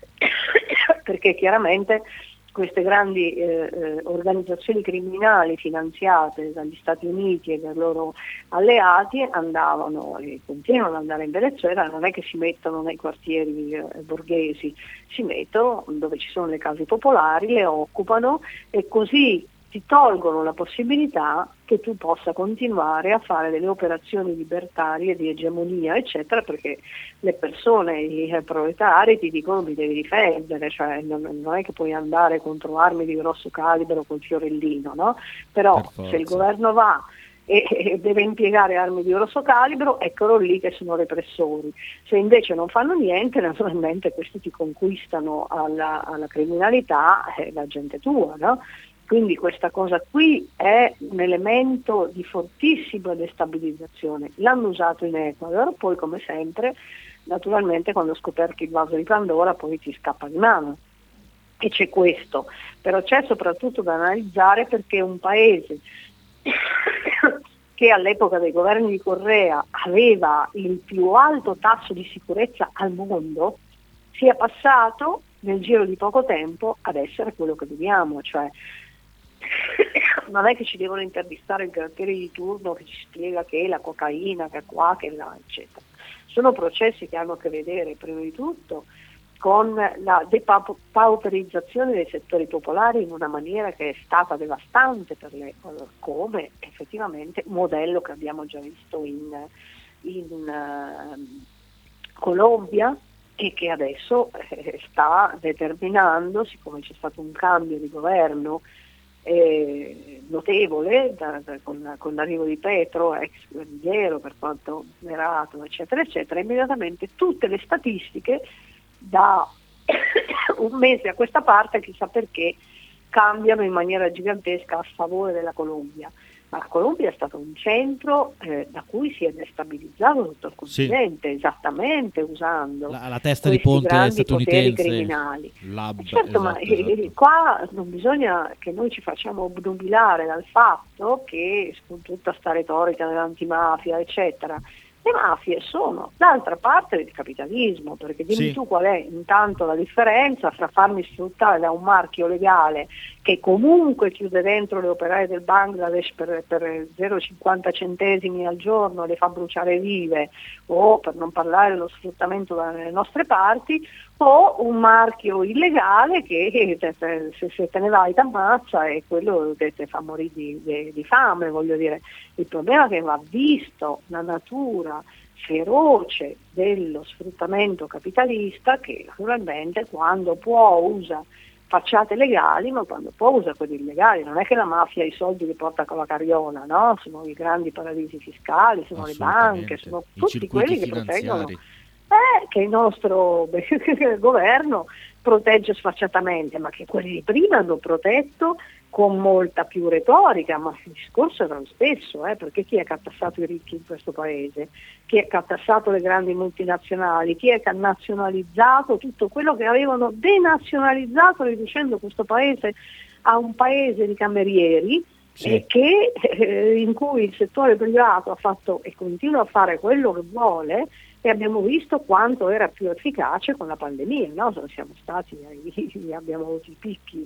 perché chiaramente queste grandi organizzazioni criminali finanziate dagli Stati Uniti e dai loro alleati andavano e continuano ad andare in Venezuela. Non è che si mettono nei quartieri borghesi, si mettono dove ci sono le case popolari, le occupano e così ti tolgono la possibilità che tu possa continuare a fare delle operazioni libertarie di egemonia, eccetera, perché le persone, i proletari ti dicono mi devi difendere, cioè non è che puoi andare contro armi di grosso calibro col fiorellino, no? Però se il governo va e deve impiegare armi di grosso calibro, eccolo lì che sono repressori. Se invece non fanno niente, naturalmente questi ti conquistano alla criminalità, la gente tua, no? Quindi questa cosa qui è un elemento di fortissima destabilizzazione. L'hanno usato in Ecuador, poi come sempre, naturalmente quando scoperti il vaso di Pandora poi ti scappa di mano. E c'è questo, però c'è soprattutto da analizzare perché un paese che all'epoca dei governi di Correa aveva il più alto tasso di sicurezza al mondo, sia passato nel giro di poco tempo ad essere quello che vediamo, cioè non è che ci devono intervistare il granatiere di turno che ci spiega che la cocaina, che qua, che là, eccetera. Sono processi che hanno a che vedere prima di tutto con la depauperizzazione dei settori popolari in una maniera che è stata devastante per come effettivamente modello che abbiamo già visto in Colombia, e che adesso sta determinando, siccome c'è stato un cambio di governo notevole con l'arrivo di Petro, ex guerrigliero per quanto verato, eccetera eccetera, immediatamente tutte le statistiche da un mese a questa parte, chissà perché, cambiano in maniera gigantesca a favore della Colombia. Ma la Colombia è stato un centro da cui si è destabilizzato tutto il continente, esattamente usando la testa questi di ponte grandi poteri statunitense, criminali. Esatto. Ma qua non bisogna che noi ci facciamo obnubilare dal fatto che, con tutta sta retorica dell'antimafia eccetera, le mafie sono l'altra parte del capitalismo, perché dimmi tu qual è intanto la differenza fra farmi sfruttare da un marchio legale che comunque chiude dentro le operaie del Bangladesh per 0,50 centesimi al giorno, le fa bruciare vive, o per non parlare dello sfruttamento dalle nostre parti, o un marchio illegale che se te ne vai ti ammazza e quello che ti fa morire di fame, voglio dire. Il problema è che va visto la natura feroce dello sfruttamento capitalista, che naturalmente quando può usa facciate legali, ma quando può usa quelli illegali. Non è che la mafia ha i soldi li porta con la carriola, no? Sono i grandi paradisi fiscali, sono le banche, sono tutti quelli che proteggono, che il nostro governo protegge sfacciatamente, ma che quelli di prima hanno protetto con molta più retorica, ma il discorso era lo stesso, perché chi è che ha tassato i ricchi in questo paese? Chi è che ha tassato le grandi multinazionali? Chi è che ha nazionalizzato tutto quello che avevano denazionalizzato, riducendo questo paese a un paese di camerieri? Sì. In cui il settore privato ha fatto e continua a fare quello che vuole, e abbiamo visto quanto era più efficace con la pandemia, no? Abbiamo avuto i picchi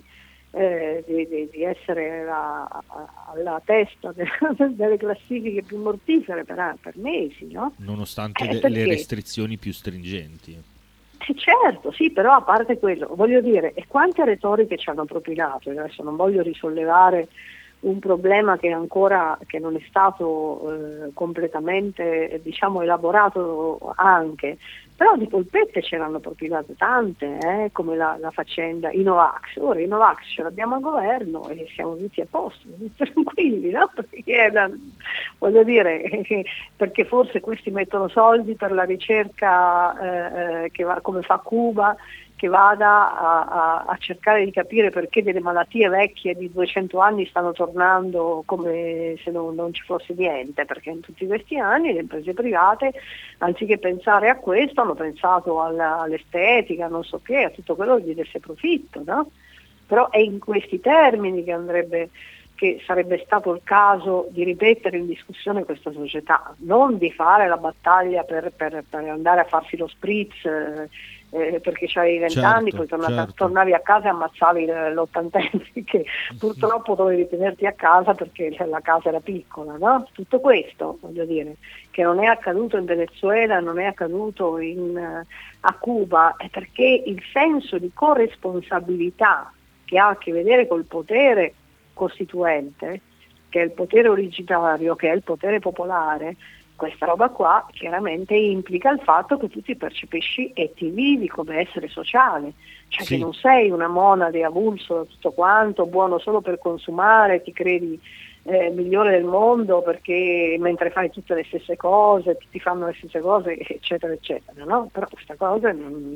di essere alla testa delle classifiche più mortifere per mesi, no? Nonostante le restrizioni più stringenti. Certo, sì, però a parte quello, voglio dire, e quante retoriche ci hanno propinato? Adesso non voglio risollevare un problema che non è stato completamente elaborato anche, però di polpette ce l'hanno propinate tante, come la faccenda i Novax. Ora i Novax ce l'abbiamo al governo e siamo tutti a posto, tutti tranquilli, no? Perché voglio dire, perché forse questi mettono soldi per la ricerca che va come fa Cuba, che vada a cercare di capire perché delle malattie vecchie di 200 anni stanno tornando come se non ci fosse niente, perché in tutti questi anni le imprese private, anziché pensare a questo, hanno pensato all'estetica, non so che, a tutto quello che gli desse profitto, no? Però è in questi termini che sarebbe stato il caso di rimettere in discussione questa società, non di fare la battaglia per andare a farsi lo spritz perché c'avevi 20 anni, poi tornavi a casa e ammazzavi l'ottantenne che purtroppo dovevi tenerti a casa perché la casa era piccola, no? Tutto questo, voglio dire, che non è accaduto in Venezuela, non è accaduto a Cuba, è perché il senso di corresponsabilità che ha a che vedere col potere costituente, che è il potere originario, che è il potere popolare, questa roba qua chiaramente implica il fatto che tu ti percepisci e ti vivi come essere sociale, cioè che non sei una monade avulso da tutto quanto, buono solo per consumare, ti credi migliore del mondo perché mentre fai tutte le stesse cose, tutti fanno le stesse cose, eccetera eccetera, no? Però queste cose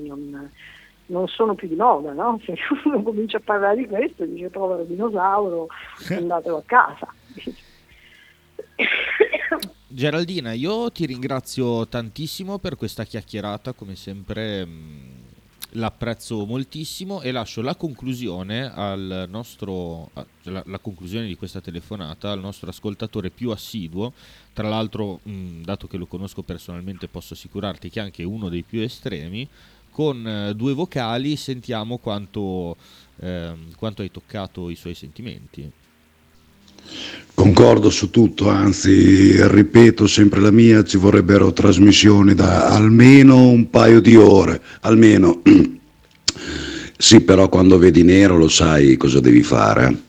non sono più di moda, no? Se uno comincia a parlare di questo dice povero dinosauro, andatelo a casa. Geraldina, io ti ringrazio tantissimo per questa chiacchierata, come sempre l'apprezzo moltissimo, e lascio la conclusione la conclusione di questa telefonata al nostro ascoltatore più assiduo. Tra l'altro, dato che lo conosco personalmente, posso assicurarti che è anche uno dei più estremi. Con due vocali sentiamo quanto hai toccato i suoi sentimenti. Concordo su tutto, anzi ripeto sempre la mia, ci vorrebbero trasmissioni da almeno un paio di ore, almeno. Sì, però quando vedi nero lo sai cosa devi fare.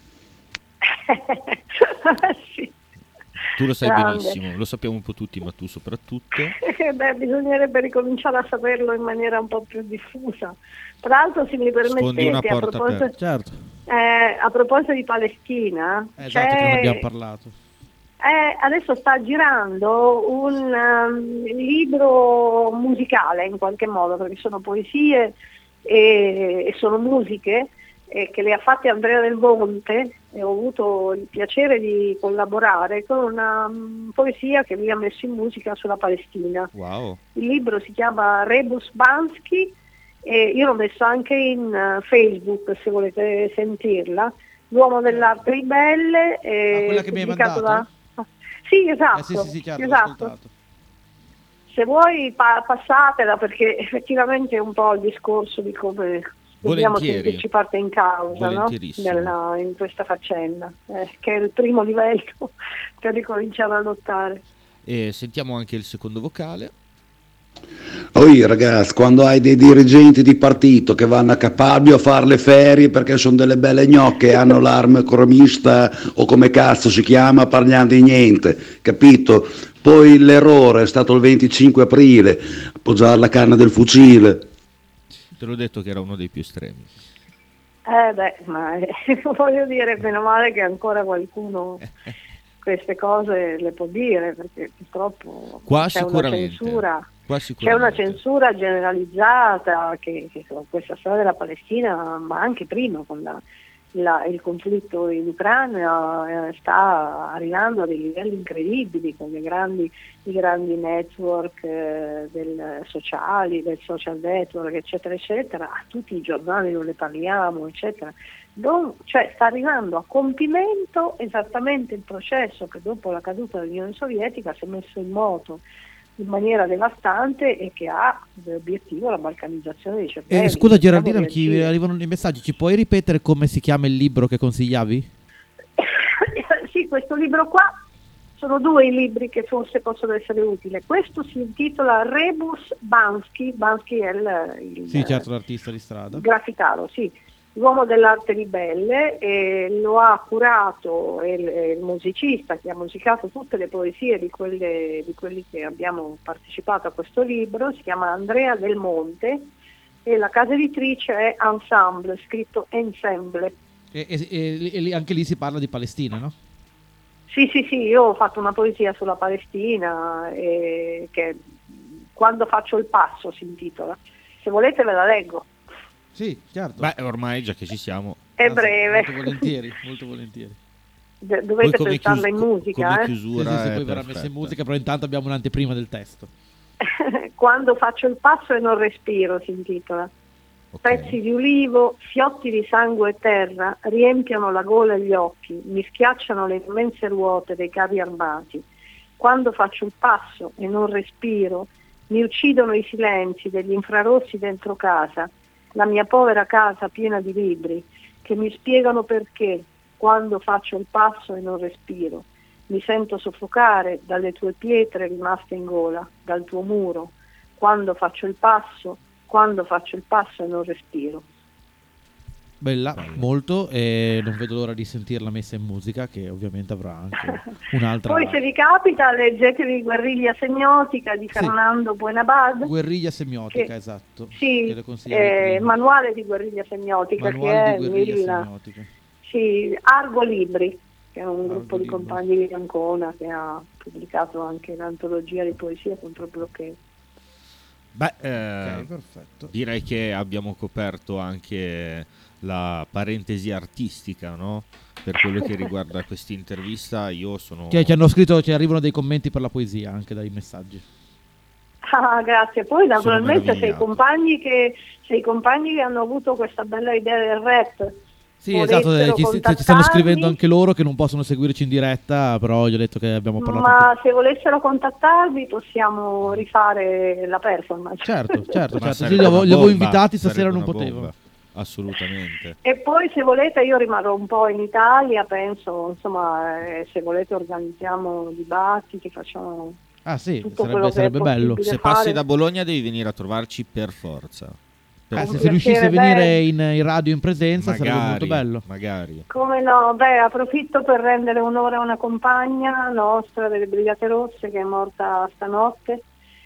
Sì. Tu lo sai Grande. benissimo, lo sappiamo un po' tutti, ma tu soprattutto. Beh, bisognerebbe ricominciare a saperlo in maniera un po' più diffusa. Tra l'altro, se mi Sfondi una permettete, porta aperta. Certo, a proposito di Palestina, esatto, che non abbiamo parlato. adesso sta girando un libro musicale in qualche modo, perché sono poesie e sono musiche che le ha fatte Andrea Del Monte, e ho avuto il piacere di collaborare con una poesia che lui ha messo in musica sulla Palestina. Wow. Il libro si chiama Rebus Bansky e io l'ho messo anche in Facebook se volete sentirla. L'uomo dell'arte ribelle. Quella che mi hai pubblicato mandato? Sì, esatto. Sì, certo, l'ho esatto. ascoltato. Se vuoi passatela, perché effettivamente è un po' il discorso di come dobbiamo Volentieri. sentirci parte in causa, no? In questa faccenda, che è il primo livello per ricominciare a lottare. E sentiamo anche il secondo vocale. Oi ragazzi, quando hai dei dirigenti di partito che vanno a Capalbio a fare le ferie perché sono delle belle gnocche, hanno l'arma cromista o come cazzo si chiama, parliamo di niente, capito? Poi l'errore è stato il 25 aprile, appoggiare la canna del fucile. Te l'ho detto che era uno dei più estremi. Ma voglio dire, meno male che ancora qualcuno queste cose le può dire, perché purtroppo c'è una censura generalizzata che con questa storia della Palestina, ma anche prima con il conflitto in Ucraina, sta arrivando a dei livelli incredibili, con i grandi network sociali, del social network, eccetera, eccetera. A tutti i giornali non ne parliamo, eccetera. Cioè sta arrivando a compimento esattamente il processo che dopo la caduta dell'Unione Sovietica si è messo in moto in maniera devastante e che ha come obiettivo la balcanizzazione dei cervelli. Scusa Gerardina, ci arrivano i messaggi, ci puoi ripetere come si chiama il libro che consigliavi? Sì, questo libro qua, sono due i libri che forse possono essere utili. Questo si intitola Rebus Bansky è sì, certo, l'artista di strada. Il grafitaro, sì. L'uomo dell'arte ribelle, lo ha curato il musicista che ha musicato tutte le poesie di quelli che abbiamo partecipato a questo libro, si chiama Andrea Del Monte e la casa editrice è Ensemble, scritto Ensemble. E anche lì si parla di Palestina, no? Sì, io ho fatto una poesia sulla Palestina che Quando faccio il passo si intitola. Se volete ve la leggo. Sì, certo. Beh, ormai già che ci siamo. È breve. Molto volentieri. Dovete pensarla in musica. Come chiusura sì, poi verrà messa in musica, però intanto abbiamo un'anteprima del testo. Quando faccio il passo e non respiro si intitola. Okay. Pezzi di ulivo, fiotti di sangue e terra riempiono la gola e gli occhi, mi schiacciano le immense ruote dei carri armati. Quando faccio il passo e non respiro, mi uccidono i silenzi degli infrarossi dentro casa, la mia povera casa piena di libri che mi spiegano perché, quando faccio il passo e non respiro, mi sento soffocare dalle tue pietre rimaste in gola, dal tuo muro, quando faccio il passo e non respiro. Bella, molto, e non vedo l'ora di sentirla messa in musica, che ovviamente avrà anche un'altra. Poi se vi capita leggetevi Guerriglia semiotica di Fernando Buenabad. Guerriglia semiotica, esatto. Sì, manuale di guerriglia semiotica, semiotica. Sì, Argo Libri, che è un gruppo di compagni di Ancona che ha pubblicato anche l'antologia di poesia contro il blocchetto. Beh, okay, perfetto. Direi che abbiamo coperto anche la parentesi artistica, no? Per quello che riguarda questa intervista, io sono... Ci hanno scritto, ci arrivano dei commenti per la poesia anche dai messaggi. Ah, grazie. Poi naturalmente se i compagni che hanno avuto questa bella idea del rap. Sì, esatto, ci stanno scrivendo anche loro che non possono seguirci in diretta, però gli ho detto che abbiamo parlato. Ma se volessero contattarvi possiamo rifare la performance. Certo. Sì, li avevo invitati, stasera non potevo. Assolutamente. E poi se volete io rimarrò un po' in Italia, penso, insomma, se volete organizziamo dibattiti, facciamo Ah sì, tutto quello che è sarebbe bello. possibile Se passi fare. da Bologna devi venire a trovarci per forza. Con Se piacere, riuscisse a venire beh. in radio in presenza sarebbe molto Magari, bello. magari. Come no, approfitto per rendere onore a una compagna nostra delle Brigate Rosse che è morta stanotte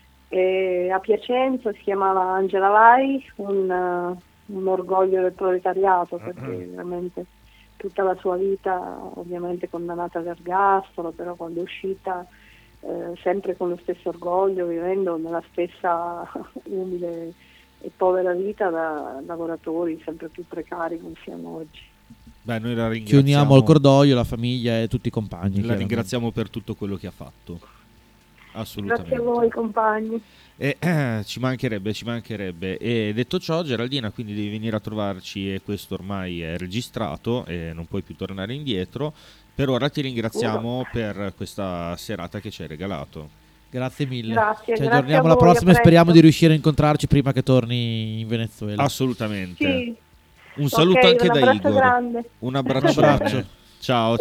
a Piacenza, si chiamava Angela Lai, un orgoglio del proletariato, perché veramente tutta la sua vita, ovviamente condannata all'ergastolo, però quando è uscita sempre con lo stesso orgoglio, vivendo nella stessa umile e povera vita da lavoratori sempre più precari come siamo oggi. Beh, noi la Ci ringraziamo. uniamo al cordoglio, la famiglia e tutti i compagni. La chiaramente. ringraziamo per tutto quello che ha fatto. Assolutamente. Grazie a voi compagni. Ci mancherebbe. E detto ciò, Geraldina, quindi devi venire a trovarci e questo ormai è registrato e non puoi più tornare indietro. Per ora ti ringraziamo per questa serata che ci hai regalato. Grazie mille. Grazie, Ci grazie aggiorniamo a alla voi, prossima e a speriamo presto. di riuscire a incontrarci prima che torni in Venezuela. Assolutamente. Sì. Un saluto Ok, anche un da abbraccio Igor. grande. Un abbraccio. Ciao.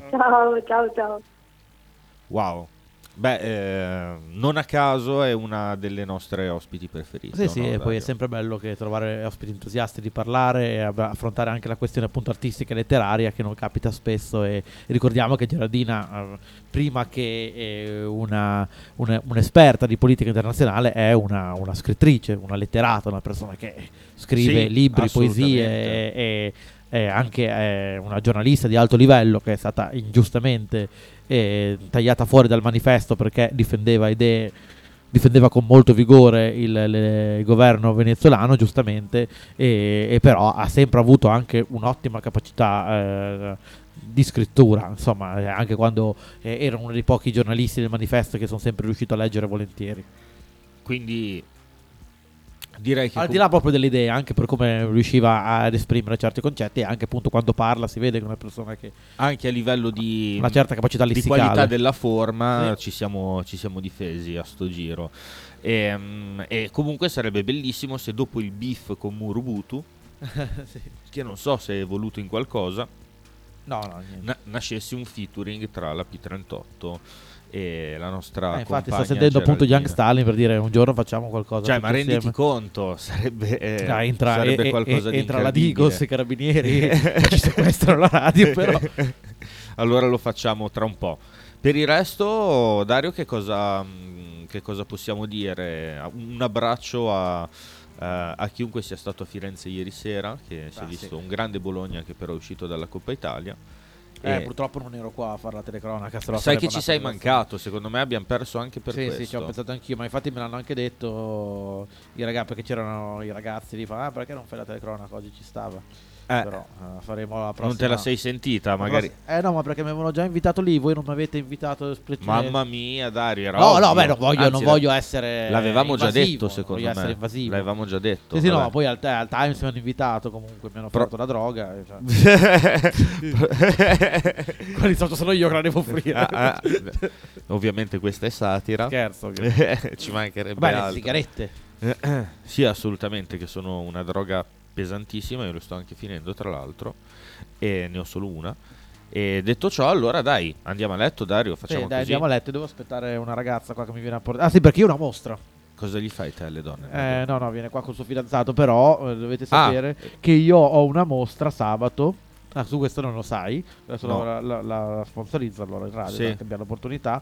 Ciao. Wow. Beh, non a caso è una delle nostre ospiti preferite. Sì, no, e poi è Dario? sempre bello che trovare ospiti entusiasti di parlare e affrontare anche la questione appunto artistica e letteraria che non capita spesso e ricordiamo che Geraldina prima che un'esperta di politica internazionale è una scrittrice, una letterata, una persona che scrive Sì, libri, poesie assolutamente. e anche una giornalista di alto livello che è stata ingiustamente tagliata fuori dal manifesto perché difendeva con molto vigore il governo venezuelano, giustamente, e però ha sempre avuto anche un'ottima capacità di scrittura, insomma, anche quando era uno dei pochi giornalisti del manifesto che sono sempre riuscito a leggere volentieri. Quindi direi che Al di là proprio delle idee, anche per come riusciva ad esprimere certi concetti, e anche appunto quando parla si vede che è una persona che anche a livello di una certa capacità di lessicale. qualità della forma Sì. ci siamo difesi a sto giro. E comunque sarebbe bellissimo se dopo il beef con Murubutu, Sì. che non so se è evoluto in qualcosa, No, niente. nascesse un featuring tra la P38 e la nostra Infatti sto compagna sentendo appunto Geraldina. Young Stalin per dire un giorno facciamo qualcosa. Cioè, tutti ma renditi insieme. conto, sarebbe Entra qualcosa di entra la incredibile. Digos e i carabinieri e ci sequestrano la radio, però. Allora lo facciamo tra un po'. Per il resto, Dario, che cosa possiamo dire? Un abbraccio a chiunque sia stato a Firenze ieri sera, che si è visto un grande Bologna che però è uscito dalla Coppa Italia. E Purtroppo non ero qua a fare la telecronaca. se no sai sarei che ci parlato sei della mancato, secondo me abbiamo perso anche per storia. questo. Sì, ci ho pensato anch'io, ma infatti me l'hanno anche detto i ragazzi, perché c'erano i ragazzi lì, perché non fai la telecronaca, oggi ci stava. Però faremo la prossima. Non te la sei sentita, magari. No, ma perché mi avevano già invitato lì, voi non mi avete invitato Mamma mia, Dario, era No, ovvio. beh, non Anzi, voglio essere l'avevamo già invasivo, detto, non secondo voglio essere me. invasivo. L'avevamo già detto. Sì, no, vabbè. ma poi al Times mi hanno invitato, comunque mi hanno Però- offerto la droga. Cioè. Quali sono io che la devo offrire? Ovviamente questa è satira. Scherzo. Ci mancherebbe Beh, le altro. sigarette. Sì, assolutamente, che sono una droga pesantissima, io lo sto anche finendo tra l'altro e ne ho solo una. E detto ciò, allora dai, andiamo a letto, Dario, facciamo Dai, così. andiamo a letto, devo aspettare una ragazza qua che mi viene a portare. Ah sì, perché io ho una mostra. Cosa gli fai te alle donne? No, viene qua col suo fidanzato, però dovete sapere che io ho una mostra sabato. Su questo non lo sai, adesso No. la sponsorizzo allora in radio, Sì. per cambiare l'opportunità.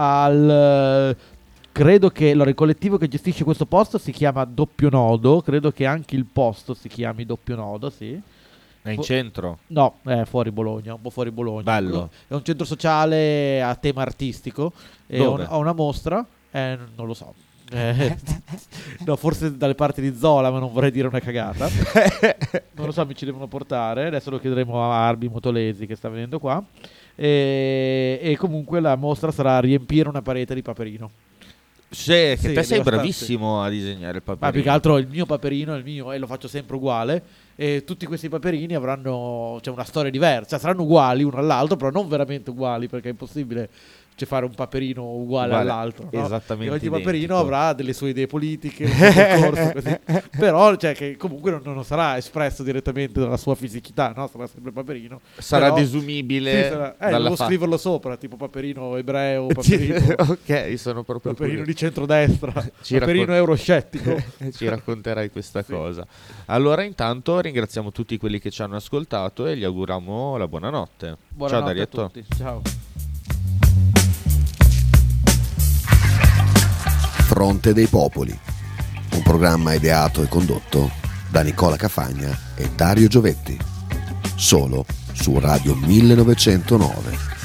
Credo che il collettivo che gestisce questo posto si chiama Doppio Nodo, credo che anche il posto si chiami Doppio Nodo, sì. È in centro? No, è fuori Bologna, un po' fuori Bologna. Bello. È un centro sociale a tema artistico. E Dove? ho una mostra, non lo so. No, forse dalle parti di Zola, ma non vorrei dire una cagata. Non lo so, mi ci devono portare. Adesso lo chiederemo a Arbi Motolesi che sta venendo qua. E comunque la mostra sarà a riempire una parete di Paperino. Sì, che Sì, te sei devastante. bravissimo a disegnare il Ma paperino. più che altro il mio Paperino è il mio e lo faccio sempre uguale. E tutti questi paperini avranno una storia diversa, saranno uguali uno all'altro, però non veramente uguali perché è impossibile fare un Paperino uguale all'altro, no? Esattamente. E ogni Paperino identico. avrà delle sue idee politiche, un suo percorso, così. Però cioè, che comunque non sarà espresso direttamente dalla sua fisicità, no? Sarà sempre Paperino. Sarà Però, desumibile. sì, devo scriverlo sopra, tipo Paperino ebreo, Paperino, ok, sono proprio Paperino curioso. di centrodestra, Paperino euroscettico. Ci racconterai questa cosa. Allora intanto ringraziamo tutti quelli che ci hanno ascoltato e gli auguriamo la buonanotte. Buonanotte Ciao a Darietto. tutti. Ciao. Fronte dei Popoli, un programma ideato e condotto da Nicola Cafagna e Dario Giovetti, solo su Radio 1909.